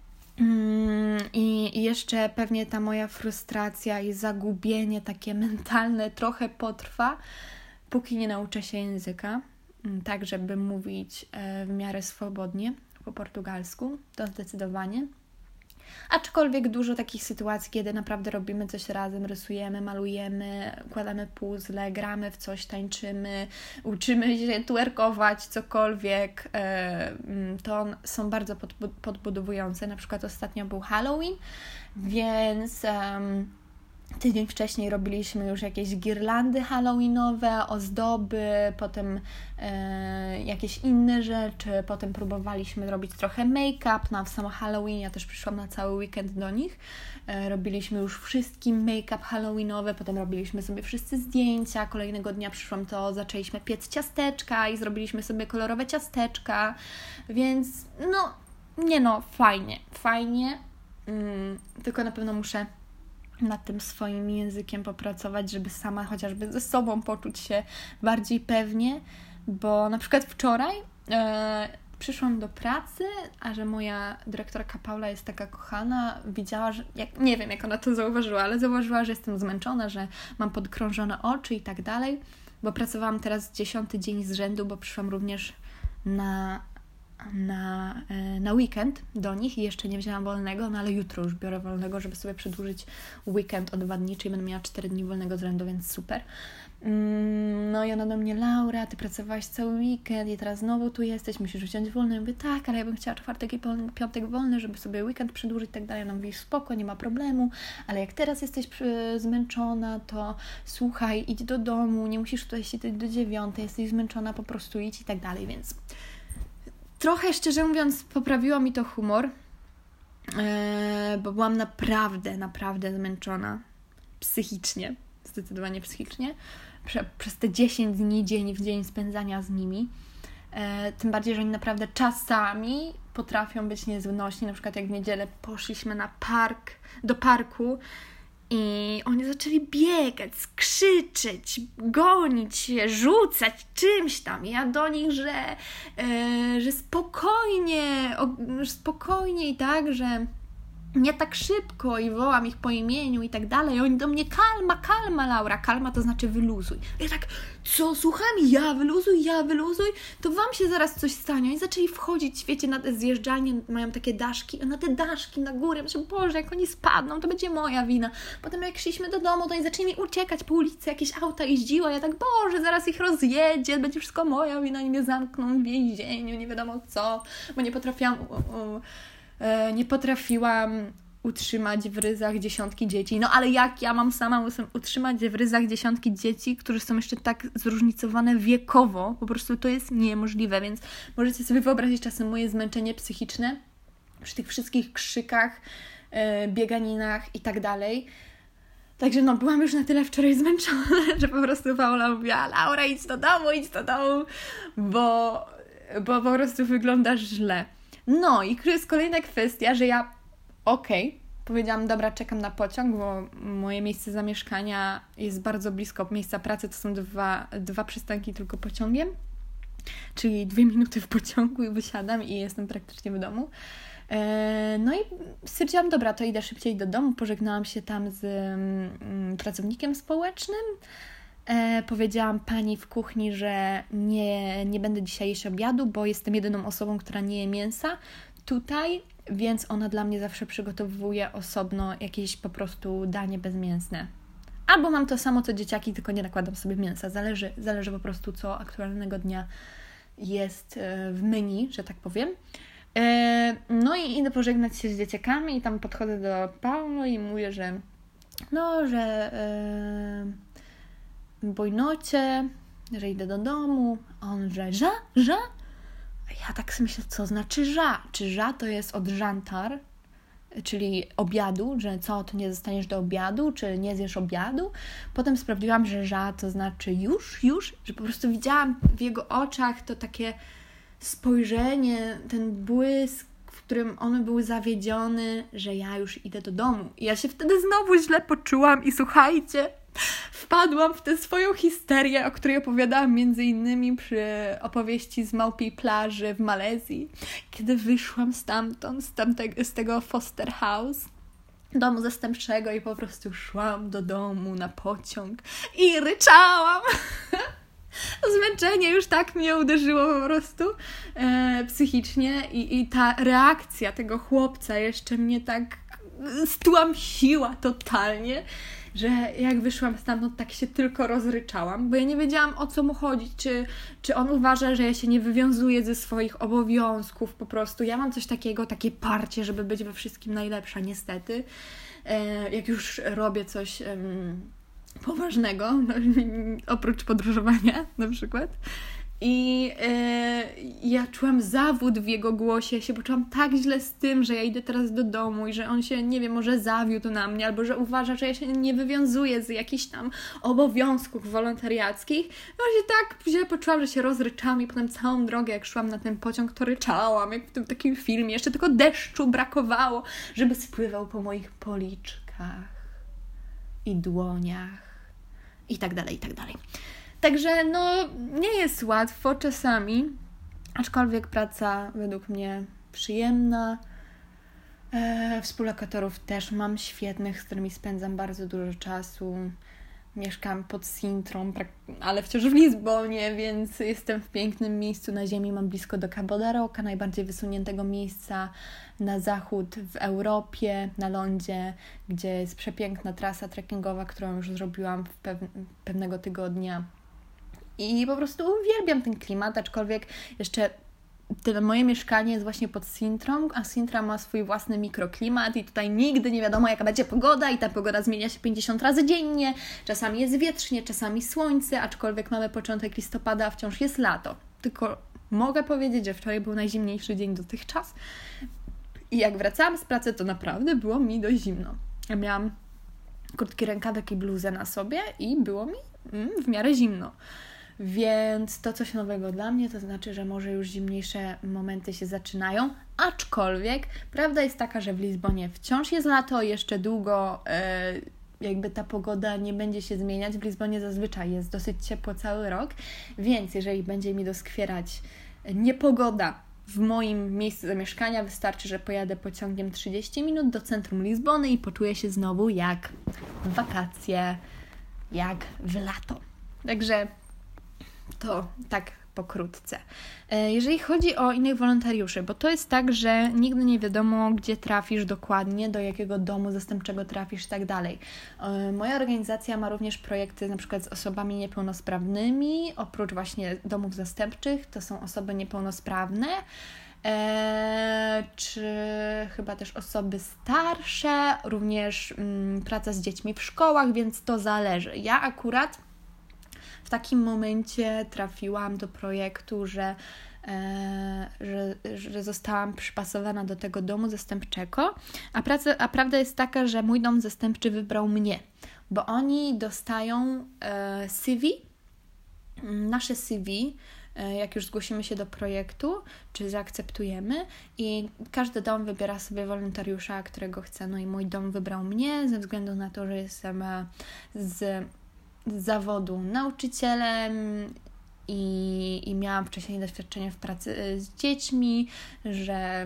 I jeszcze pewnie ta moja frustracja i zagubienie takie mentalne trochę potrwa, póki nie nauczę się języka. Tak, żeby mówić w miarę swobodnie po portugalsku, to zdecydowanie. Aczkolwiek dużo takich sytuacji, kiedy naprawdę robimy coś razem, rysujemy, malujemy, układamy puzzle, gramy w coś, tańczymy, uczymy się twerkować, cokolwiek, to są bardzo podbudowujące. Na przykład ostatnio był Halloween, więc um, tydzień wcześniej robiliśmy już jakieś girlandy halloweenowe, ozdoby, potem e, jakieś inne rzeczy, potem próbowaliśmy robić trochę make-up na samo Halloween, ja też przyszłam na cały weekend do nich, e, robiliśmy już wszystkim make-up halloweenowe, potem robiliśmy sobie wszyscy zdjęcia, kolejnego dnia przyszłam, to zaczęliśmy piec ciasteczka i zrobiliśmy sobie kolorowe ciasteczka, więc no, nie no, fajnie, fajnie, mm, tylko na pewno muszę nad tym swoim językiem popracować, żeby sama chociażby ze sobą poczuć się bardziej pewnie, bo na przykład wczoraj e, przyszłam do pracy, a że moja dyrektorka Paula jest taka kochana, widziała, że, jak, nie wiem jak ona to zauważyła, ale zauważyła, że jestem zmęczona, że mam podkrążone oczy i tak dalej, bo pracowałam teraz dziesiąty dzień z rzędu, bo przyszłam również na Na, na weekend do nich i jeszcze nie wzięłam wolnego, no ale jutro już biorę wolnego, żeby sobie przedłużyć weekend o dwa dni, czyli będę miała cztery dni wolnego z rzędu, więc super. No i ona do mnie, Laura, Ty pracowałaś cały weekend i teraz znowu tu jesteś, musisz wziąć wolny. Ja mówię, tak, ale ja bym chciała czwartek i piątek wolny, żeby sobie weekend przedłużyć i tak dalej. Ona mówi, spoko, nie ma problemu, ale jak teraz jesteś zmęczona, to słuchaj, idź do domu, nie musisz tutaj siedzieć do dziewiątej, jesteś zmęczona, po prostu idź i tak dalej, więc trochę, szczerze mówiąc, poprawiło mi to humor, yy, bo byłam naprawdę, naprawdę zmęczona psychicznie, zdecydowanie psychicznie, Prze- przez te dziesięć dni, dzień w dzień spędzania z nimi. Yy, tym bardziej, że oni naprawdę czasami potrafią być nieznośni. Na przykład jak w niedzielę poszliśmy na park, do parku i oni zaczęli biegać, skrzyczeć, gonić się, rzucać czymś tam. Ja do nich, że, yy, że spokojnie, o, że spokojnie i tak, że nie tak szybko i wołam ich po imieniu i tak dalej. I oni do mnie, kalma, kalma, Laura. Kalma to znaczy wyluzuj. Ja tak, co, słucham? Ja wyluzuj, ja wyluzuj? To wam się zaraz coś stanie. I zaczęli wchodzić, wiecie, na te zjeżdżalnie, mają takie daszki, a na te daszki na górę. Myślę, Boże, jak oni spadną, to będzie moja wina. Potem jak szliśmy do domu, to oni zaczęli mi uciekać po ulicy, jakieś auta jeździła. Ja tak, Boże, zaraz ich rozjedzie, będzie wszystko moja wina i mnie zamkną w więzieniu, nie wiadomo co, bo nie potrafiłam... U, u, nie potrafiłam utrzymać w ryzach dziesiątki dzieci. No ale jak ja mam sama utrzymać w ryzach dziesiątki dzieci, które są jeszcze tak zróżnicowane wiekowo, po prostu to jest niemożliwe, więc możecie sobie wyobrazić czasem moje zmęczenie psychiczne przy tych wszystkich krzykach, bieganinach i tak dalej. Także no, byłam już na tyle wczoraj zmęczona, że po prostu Paula mówiła, Laura, idź do domu, idź do domu, bo bo po prostu wyglądasz źle. No i jest kolejna kwestia, że ja okej, okay, powiedziałam, dobra, czekam na pociąg, bo moje miejsce zamieszkania jest bardzo blisko miejsca pracy, to są dwa, dwa przystanki tylko pociągiem, czyli dwie minuty w pociągu i wysiadam i jestem praktycznie w domu. No i stwierdziłam, dobra, to idę szybciej do domu, pożegnałam się tam z mm, pracownikiem społecznym, e, powiedziałam pani w kuchni, że nie, nie będę dzisiaj jeść obiadu, bo jestem jedyną osobą, która nie je mięsa tutaj, więc ona dla mnie zawsze przygotowuje osobno jakieś po prostu danie bezmięsne. Albo mam to samo co dzieciaki, tylko nie nakładam sobie mięsa, zależy, zależy po prostu co aktualnego dnia jest w menu, że tak powiem. No i idę pożegnać się z dzieciakami i tam podchodzę do Paulo i mówię, że no, że yy, bojnocie, że idę do domu. A on, że ża, ża? A ja tak sobie myślę, co znaczy ża? Czy ża to jest od żantar, czyli obiadu, że co, to nie zostaniesz do obiadu, czy nie zjesz obiadu? Potem sprawdziłam, że ża to znaczy już, już, że po prostu widziałam w jego oczach to takie spojrzenie, ten błysk, w którym on był zawiedziony, że ja już idę do domu. I ja się wtedy znowu źle poczułam i słuchajcie, wpadłam w tę swoją histerię, o której opowiadałam między innymi przy opowieści z Małpiej Plaży w Malezji, kiedy wyszłam stamtąd, z, tamtego, z tego foster house, domu zastępczego i po prostu szłam do domu na pociąg i ryczałam. Zmęczenie już tak mnie uderzyło po prostu e, psychicznie i, i ta reakcja tego chłopca jeszcze mnie tak stłamsiła totalnie, że jak wyszłam stamtąd, tak się tylko rozryczałam, bo ja nie wiedziałam, o co mu chodzi, czy, czy on uważa, że ja się nie wywiązuję ze swoich obowiązków po prostu. Ja mam coś takiego, takie parcie, żeby być we wszystkim najlepsza, niestety. E, jak już robię coś em, poważnego, no, oprócz podróżowania na przykład. I e, ja czułam zawód w jego głosie, ja się poczułam tak źle z tym, że ja idę teraz do domu i że on się, nie wiem, może zawiódł na mnie, albo że uważa, że ja się nie wywiązuję z jakichś tam obowiązków wolontariackich. No się tak źle poczułam, że się rozryczałam i potem całą drogę, jak szłam na ten pociąg, to ryczałam, jak w tym takim filmie. Jeszcze tylko deszczu brakowało, żeby spływał po moich policzkach i dłoniach i tak dalej, i tak dalej. Także no nie jest łatwo czasami, aczkolwiek praca według mnie przyjemna. E, współlokatorów też mam świetnych, z którymi spędzam bardzo dużo czasu. Mieszkam pod Sintrą, ale wciąż w Lizbonie, więc jestem w pięknym miejscu na ziemi. Mam blisko do Cabo da Roca, najbardziej wysuniętego miejsca na zachód w Europie, na lądzie, gdzie jest przepiękna trasa trekkingowa, którą już zrobiłam w pew- pewnego tygodnia. I po prostu uwielbiam ten klimat, aczkolwiek jeszcze tyle moje mieszkanie jest właśnie pod Sintrą, a Sintra ma swój własny mikroklimat i tutaj nigdy nie wiadomo, jaka będzie pogoda i ta pogoda zmienia się pięćdziesiąt razy dziennie. Czasami jest wietrznie, czasami słońce, aczkolwiek mamy początek listopada, a wciąż jest lato. Tylko mogę powiedzieć, że wczoraj był najzimniejszy dzień dotychczas i jak wracałam z pracy, to naprawdę było mi dość zimno. Ja miałam krótki rękawek i bluzę na sobie i było mi mm, w miarę zimno. Więc to coś nowego dla mnie, to znaczy, że może już zimniejsze momenty się zaczynają, aczkolwiek prawda jest taka, że w Lizbonie wciąż jest lato, jeszcze długo e, jakby ta pogoda nie będzie się zmieniać. W Lizbonie zazwyczaj jest dosyć ciepło cały rok, więc jeżeli będzie mi doskwierać niepogoda w moim miejscu zamieszkania, wystarczy, że pojadę pociągiem trzydzieści minut do centrum Lizbony i poczuję się znowu jak w wakacje, jak w lato. Także to tak pokrótce. Jeżeli chodzi o innych wolontariuszy, bo to jest tak, że nigdy nie wiadomo, gdzie trafisz dokładnie, do jakiego domu zastępczego trafisz i tak dalej. Moja organizacja ma również projekty na przykład z osobami niepełnosprawnymi, oprócz właśnie domów zastępczych, to są osoby niepełnosprawne, Eee, czy chyba też osoby starsze, również mm, praca z dziećmi w szkołach, więc to zależy. Ja akurat w takim momencie trafiłam do projektu, że, e, że, że zostałam przypasowana do tego domu zastępczego, a, praca, a prawda jest taka, że mój dom zastępczy wybrał mnie, bo oni dostają e, C V, nasze C V jak już zgłosimy się do projektu, czy zaakceptujemy i każdy dom wybiera sobie wolontariusza, którego chce. No i mój dom wybrał mnie ze względu na to, że jestem z, z zawodu nauczycielem i, i miałam wcześniej doświadczenie w pracy z dziećmi, że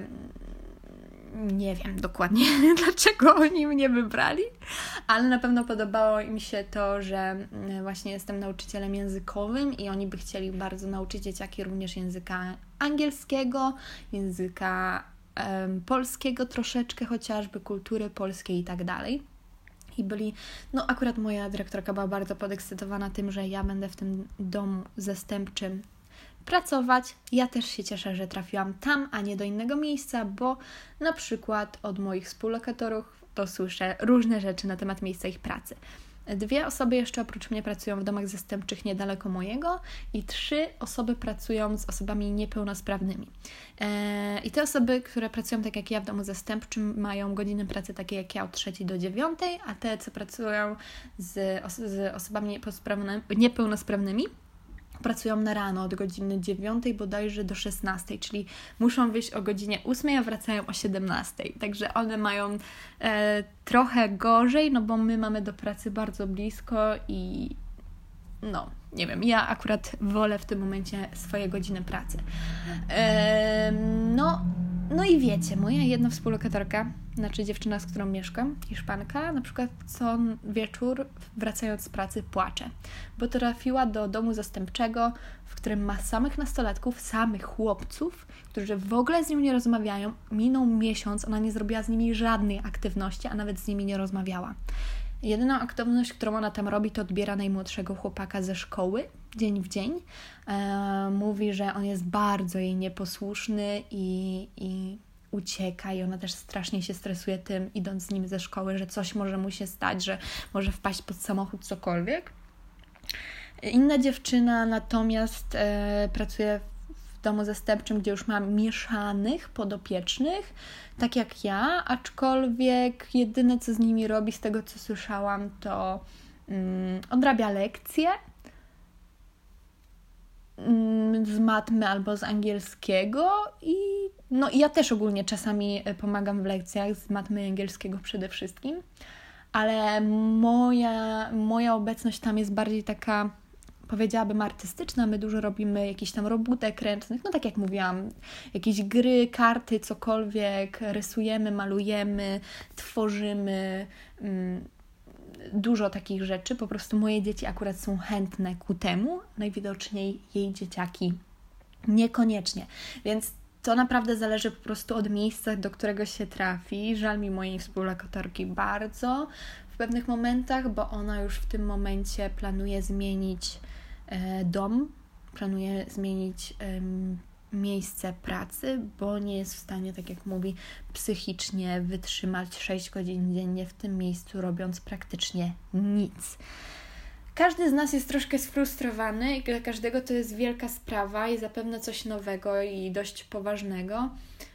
nie wiem dokładnie, dlaczego oni mnie wybrali, ale na pewno podobało im się to, że właśnie jestem nauczycielem językowym i oni by chcieli bardzo nauczyć dzieciaki również języka angielskiego, języka um, polskiego troszeczkę chociażby, kultury polskiej i tak dalej. I byli, no akurat moja dyrektorka była bardzo podekscytowana tym, że ja będę w tym domu zastępczym pracować. Ja też się cieszę, że trafiłam tam, a nie do innego miejsca, bo na przykład od moich współlokatorów to słyszę różne rzeczy na temat miejsca ich pracy. Dwie osoby jeszcze oprócz mnie pracują w domach zastępczych niedaleko mojego i trzy osoby pracują z osobami niepełnosprawnymi. Eee, I te osoby, które pracują tak jak ja w domu zastępczym, mają godziny pracy takie jak ja od trzeciej do dziewiątej, a te, co pracują z, os- z osobami niepełnosprawnymi, pracują na rano od godziny dziewiątej bodajże do szesnastej, czyli muszą wyjść o godzinie ósmej, a wracają o siedemnastej. Także one mają e, trochę gorzej, no bo my mamy do pracy bardzo blisko i no, nie wiem, ja akurat wolę w tym momencie swoje godziny pracy. E, no, no i wiecie, moja jedna współlokatorka, znaczy dziewczyna, z którą mieszkam, Hiszpanka, na przykład co wieczór wracając z pracy płacze, bo trafiła do domu zastępczego, w którym ma samych nastolatków, samych chłopców, którzy w ogóle z nią nie rozmawiają. Minął miesiąc, ona nie zrobiła z nimi żadnej aktywności, a nawet z nimi nie rozmawiała. Jedyną aktywność, którą ona tam robi, to odbiera najmłodszego chłopaka ze szkoły dzień w dzień. E, mówi, że on jest bardzo jej nieposłuszny i, i ucieka i ona też strasznie się stresuje tym, idąc z nim ze szkoły, że coś może mu się stać, że może wpaść pod samochód, cokolwiek. Inna dziewczyna natomiast e, pracuje w domu zastępczym, gdzie już mam mieszanych podopiecznych, tak jak ja, aczkolwiek jedyne, co z nimi robi, z tego, co słyszałam, to mm, odrabia lekcje mm, z matmy albo z angielskiego i no i ja też ogólnie czasami pomagam w lekcjach z matmy i angielskiego przede wszystkim, ale moja, moja obecność tam jest bardziej taka, powiedziałabym, artystyczna. My dużo robimy jakichś tam robótek ręcznych, no tak jak mówiłam, jakieś gry, karty, cokolwiek, rysujemy, malujemy, tworzymy, mm, dużo takich rzeczy. Po prostu moje dzieci akurat są chętne ku temu, najwidoczniej jej dzieciaki niekoniecznie, więc to naprawdę zależy po prostu od miejsca, do którego się trafi. Żal mi mojej współlokatorki bardzo w pewnych momentach, bo ona już w tym momencie planuje zmienić e, dom, planuje zmienić e, miejsce pracy, bo nie jest w stanie, tak jak mówi, psychicznie wytrzymać sześć godzin dziennie w tym miejscu, robiąc praktycznie nic. Każdy z nas jest troszkę sfrustrowany i dla każdego to jest wielka sprawa i zapewne coś nowego i dość poważnego.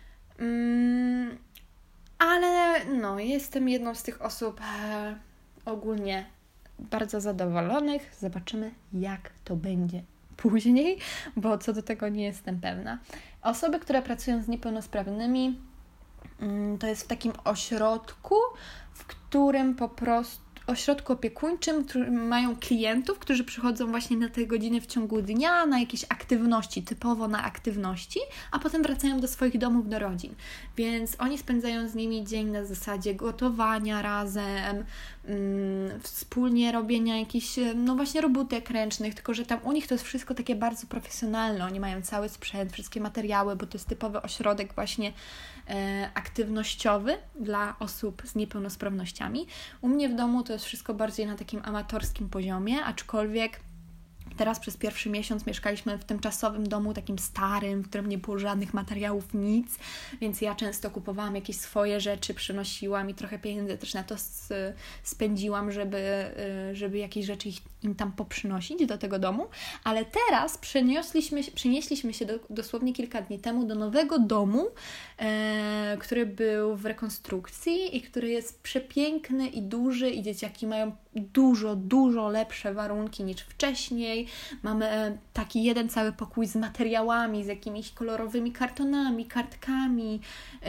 Mm, ale no, jestem jedną z tych osób e, ogólnie bardzo zadowolonych. Zobaczymy, jak to będzie później, bo co do tego nie jestem pewna. Osoby, które pracują z niepełnosprawnymi, mm, to jest w takim ośrodku, w którym po prostu ośrodku opiekuńczym, którym mają klientów, którzy przychodzą właśnie na te godziny w ciągu dnia, na jakieś aktywności, typowo na aktywności, a potem wracają do swoich domów, do rodzin. Więc oni spędzają z nimi dzień na zasadzie gotowania razem, mm, wspólnie robienia jakichś, no właśnie robótek ręcznych, tylko że tam u nich to jest wszystko takie bardzo profesjonalne. Oni mają cały sprzęt, wszystkie materiały, bo to jest typowy ośrodek właśnie e, aktywnościowy dla osób z niepełnosprawnościami. U mnie w domu to jest wszystko bardziej na takim amatorskim poziomie, aczkolwiek teraz przez pierwszy miesiąc mieszkaliśmy w tymczasowym domu, takim starym, w którym nie było żadnych materiałów, nic, więc ja często kupowałam jakieś swoje rzeczy, przynosiłam i trochę pieniędzy też na to spędziłam, żeby, żeby jakieś rzeczy im tam poprzynosić do tego domu, ale teraz przeniosliśmy, przenieśliśmy się do, dosłownie kilka dni temu do nowego domu, e, który był w rekonstrukcji i który jest przepiękny i duży i dzieciaki mają dużo, dużo lepsze warunki niż wcześniej. dalej. Mamy taki jeden cały pokój z materiałami, z jakimiś kolorowymi kartonami, kartkami,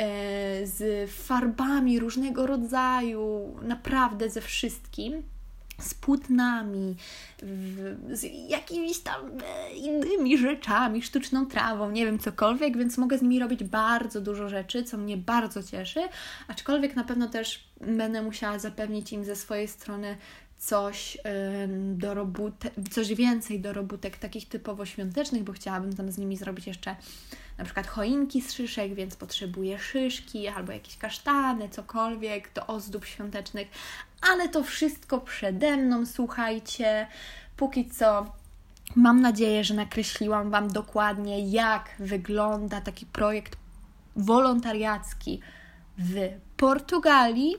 z farbami różnego rodzaju, naprawdę ze wszystkim. Z płótnami, z jakimiś tam innymi rzeczami, sztuczną trawą, nie wiem, cokolwiek, więc mogę z nimi robić bardzo dużo rzeczy, co mnie bardzo cieszy, aczkolwiek na pewno też będę musiała zapewnić im ze swojej strony coś do robótek, coś więcej do robótek takich typowo świątecznych, bo chciałabym tam z nimi zrobić jeszcze na przykład choinki z szyszek, więc potrzebuję szyszki albo jakieś kasztany, cokolwiek do ozdób świątecznych, ale to wszystko przede mną, słuchajcie. Póki co mam nadzieję, że nakreśliłam Wam dokładnie, jak wygląda taki projekt wolontariacki w Portugalii.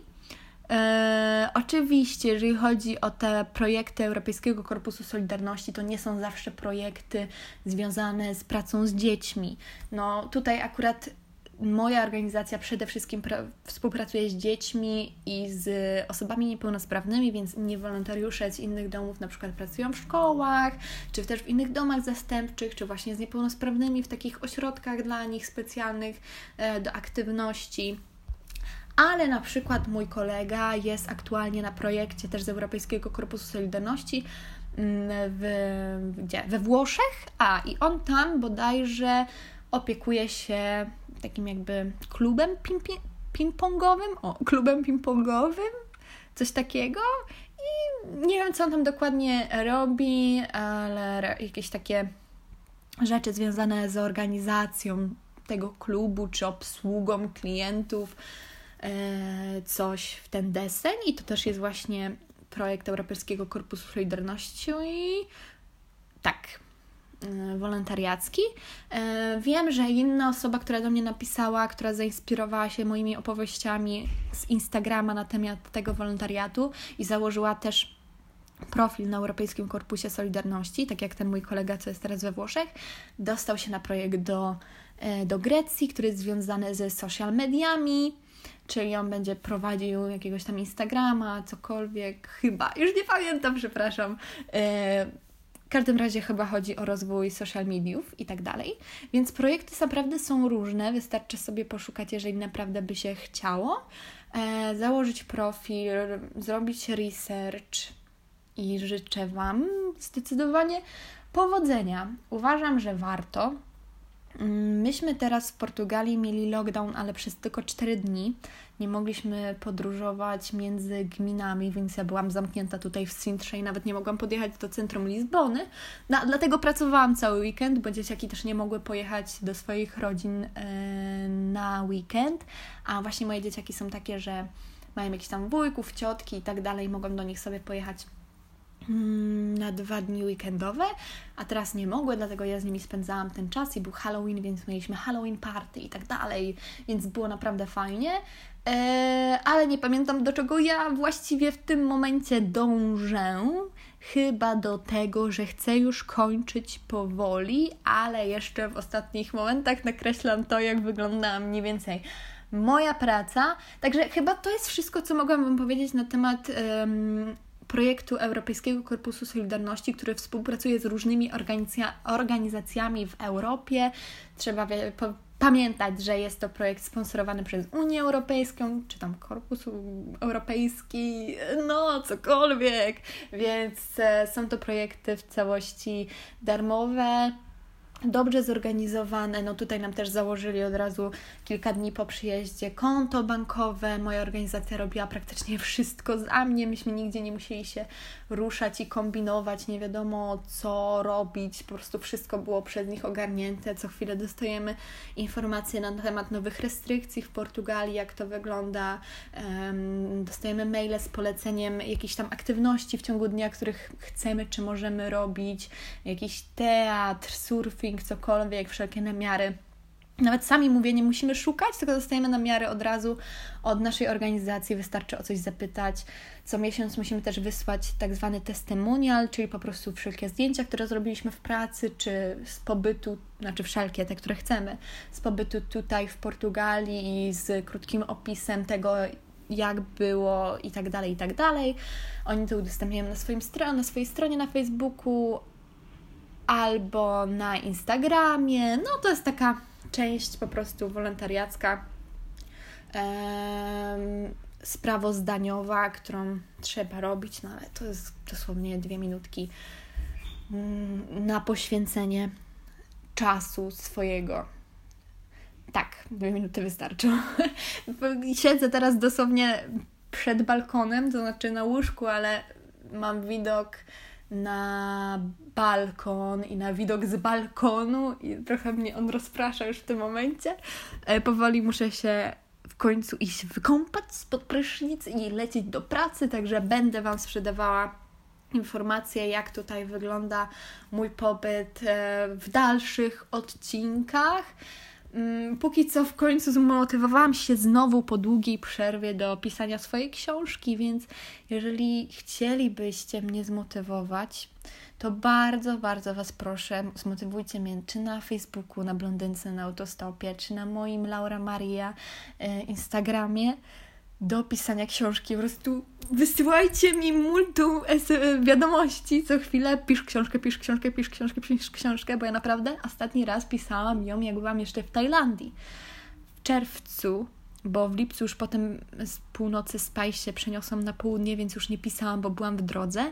E, oczywiście, jeżeli chodzi o te projekty Europejskiego Korpusu Solidarności, to nie są zawsze projekty związane z pracą z dziećmi. No tutaj akurat moja organizacja przede wszystkim pra- współpracuje z dziećmi i z osobami niepełnosprawnymi, więc inni wolontariusze z innych domów na przykład pracują w szkołach, czy też w innych domach zastępczych, czy właśnie z niepełnosprawnymi w takich ośrodkach dla nich specjalnych e, do aktywności. Ale na przykład mój kolega jest aktualnie na projekcie też z Europejskiego Korpusu Solidarności w, gdzie? we Włoszech, a i on tam bodajże opiekuje się takim jakby klubem ping- ping-pongowym, o, klubem ping-pongowym, coś takiego i nie wiem, co on tam dokładnie robi, ale jakieś takie rzeczy związane z organizacją tego klubu, czy obsługą klientów, coś w ten deseń i to też jest właśnie projekt Europejskiego Korpusu Solidarności i tak, wolontariacki. Wiem, że inna osoba, która do mnie napisała, która zainspirowała się moimi opowieściami z Instagrama na temat tego wolontariatu i założyła też profil na Europejskim Korpusie Solidarności, tak jak ten mój kolega, co jest teraz we Włoszech, dostał się na projekt do, do Grecji, który jest związany ze social mediami, czyli on będzie prowadził jakiegoś tam Instagrama, cokolwiek, chyba, już nie pamiętam, przepraszam. W każdym razie chyba chodzi o rozwój social mediów i tak dalej. Więc projekty naprawdę są różne, wystarczy sobie poszukać, jeżeli naprawdę by się chciało, założyć profil, zrobić research i życzę Wam zdecydowanie powodzenia. Uważam, że warto. Myśmy teraz w Portugalii mieli lockdown, ale przez tylko cztery dni. Nie mogliśmy podróżować między gminami, więc ja byłam zamknięta tutaj w Sintrze i nawet nie mogłam podjechać do centrum Lizbony. No, dlatego pracowałam cały weekend, bo dzieciaki też nie mogły pojechać do swoich rodzin yy, na weekend. A właśnie moje dzieciaki są takie, że mają jakichś tam wujków, ciotki i tak dalej, mogą do nich sobie pojechać na dwa dni weekendowe, a teraz nie mogły, dlatego ja z nimi spędzałam ten czas i był Halloween, więc mieliśmy Halloween party i tak dalej, więc było naprawdę fajnie, eee, ale nie pamiętam, do czego ja właściwie w tym momencie dążę, chyba do tego, że chcę już kończyć powoli, ale jeszcze w ostatnich momentach nakreślam to, jak wygląda mniej więcej moja praca, także chyba to jest wszystko, co mogłam Wam powiedzieć na temat um, projektu Europejskiego Korpusu Solidarności, który współpracuje z różnymi organizacja- organizacjami w Europie. Trzeba wie- po- pamiętać, że jest to projekt sponsorowany przez Unię Europejską, czy tam Korpus Europejski, no cokolwiek, więc e, są to projekty w całości darmowe, dobrze zorganizowane. No tutaj nam też założyli od razu kilka dni po przyjeździe konto bankowe. Moja organizacja robiła praktycznie wszystko za mnie. Myśmy nigdzie nie musieli się ruszać i kombinować, nie wiadomo co robić. Po prostu wszystko było przez nich ogarnięte. Co chwilę dostajemy informacje na temat nowych restrykcji w Portugalii, jak to wygląda. Dostajemy maile z poleceniem jakichś tam aktywności w ciągu dnia, których chcemy czy możemy robić. Jakiś teatr, surfing, cokolwiek, wszelkie namiary. Nawet sami mówię, nie musimy szukać, tylko dostajemy namiary od razu od naszej organizacji, wystarczy o coś zapytać. Co miesiąc musimy też wysłać tak zwany testimonial, czyli po prostu wszelkie zdjęcia, które zrobiliśmy w pracy, czy z pobytu, znaczy wszelkie te, które chcemy, z pobytu tutaj w Portugalii i z krótkim opisem tego, jak było i tak dalej, i tak dalej. Oni to udostępniają na, swoim stron- na swojej stronie na Facebooku. albo na Instagramie. No to jest taka część po prostu wolontariacka, em, sprawozdaniowa, którą trzeba robić, no ale to jest dosłownie dwie minutki mm, na poświęcenie czasu swojego. Tak, dwie minuty wystarczą. Siedzę teraz dosłownie przed balkonem, to znaczy na łóżku, ale mam widok na balkon i na widok z balkonu i trochę mnie on rozprasza już w tym momencie. Powoli muszę się w końcu iść wykąpać spod prysznic i lecieć do pracy, także będę Wam sprzedawała informacje, jak tutaj wygląda mój pobyt w dalszych odcinkach. Póki co w końcu zmotywowałam się znowu po długiej przerwie do pisania swojej książki, więc jeżeli chcielibyście mnie zmotywować, to bardzo, bardzo Was proszę, zmotywujcie mnie czy na Facebooku, na Blondynce na Autostopie, czy na moim Laura Maria e, Instagramie do pisania książki. Po prostu wysyłajcie mi multum wiadomości co chwilę. Pisz książkę, pisz książkę, pisz książkę, pisz książkę, bo ja naprawdę ostatni raz pisałam ją, jak byłam jeszcze w Tajlandii. W czerwcu, bo w lipcu już potem z północy Spice się przeniosłam na południe, więc już nie pisałam, bo byłam w drodze.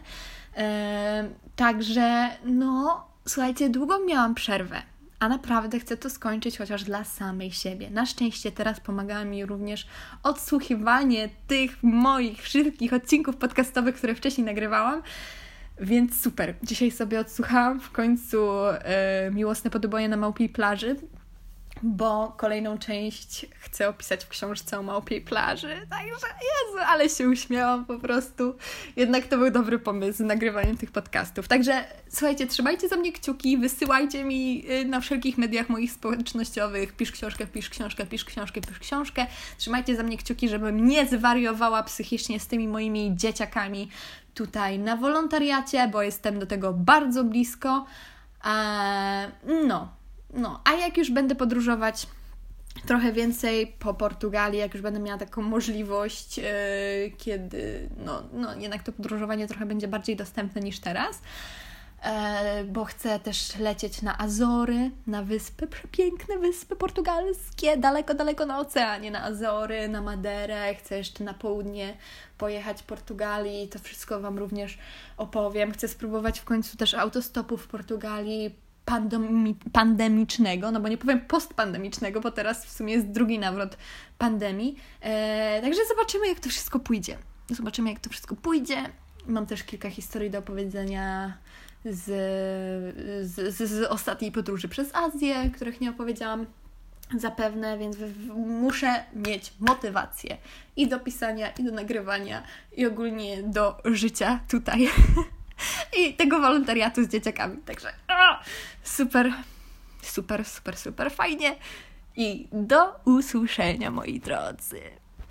Eee, także, no, słuchajcie, długo miałam przerwę. A naprawdę chcę to skończyć chociaż dla samej siebie. Na szczęście teraz pomaga mi również odsłuchiwanie tych moich wszystkich odcinków podcastowych, które wcześniej nagrywałam. Więc super. Dzisiaj sobie odsłuchałam w końcu e, Miłosne podoboje na Małpiej Plaży, bo kolejną część chcę opisać w książce o Małpiej Plaży. Także Jezu, ale się uśmiałam po prostu. Jednak to był dobry pomysł z nagrywaniem tych podcastów. Także słuchajcie, trzymajcie za mnie kciuki, wysyłajcie mi na wszelkich mediach moich społecznościowych. Pisz książkę, pisz książkę, pisz książkę, pisz książkę. Trzymajcie za mnie kciuki, żebym nie zwariowała psychicznie z tymi moimi dzieciakami tutaj na wolontariacie, bo jestem do tego bardzo blisko. Eee, no. No, a jak już będę podróżować trochę więcej po Portugalii, jak już będę miała taką możliwość, yy, kiedy no, no jednak to podróżowanie trochę będzie bardziej dostępne niż teraz, yy, bo chcę też lecieć na Azory, na wyspy, przepiękne wyspy portugalskie, daleko, daleko na oceanie, na Azory, na Maderę, chcę jeszcze na południe pojechać Portugalii, to wszystko Wam również opowiem. Chcę spróbować w końcu też autostopu w Portugalii, Pandemi- pandemicznego, no bo nie powiem postpandemicznego, bo teraz w sumie jest drugi nawrot pandemii. Eee, także zobaczymy, jak to wszystko pójdzie. Zobaczymy, jak to wszystko pójdzie. Mam też kilka historii do opowiedzenia z, z, z, z ostatniej podróży przez Azję, których nie opowiedziałam zapewne, więc w, w, muszę mieć motywację i do pisania, i do nagrywania, i ogólnie do życia tutaj. I tego wolontariatu z dzieciakami. Także a, super, super, super, super fajnie. I do usłyszenia, moi drodzy.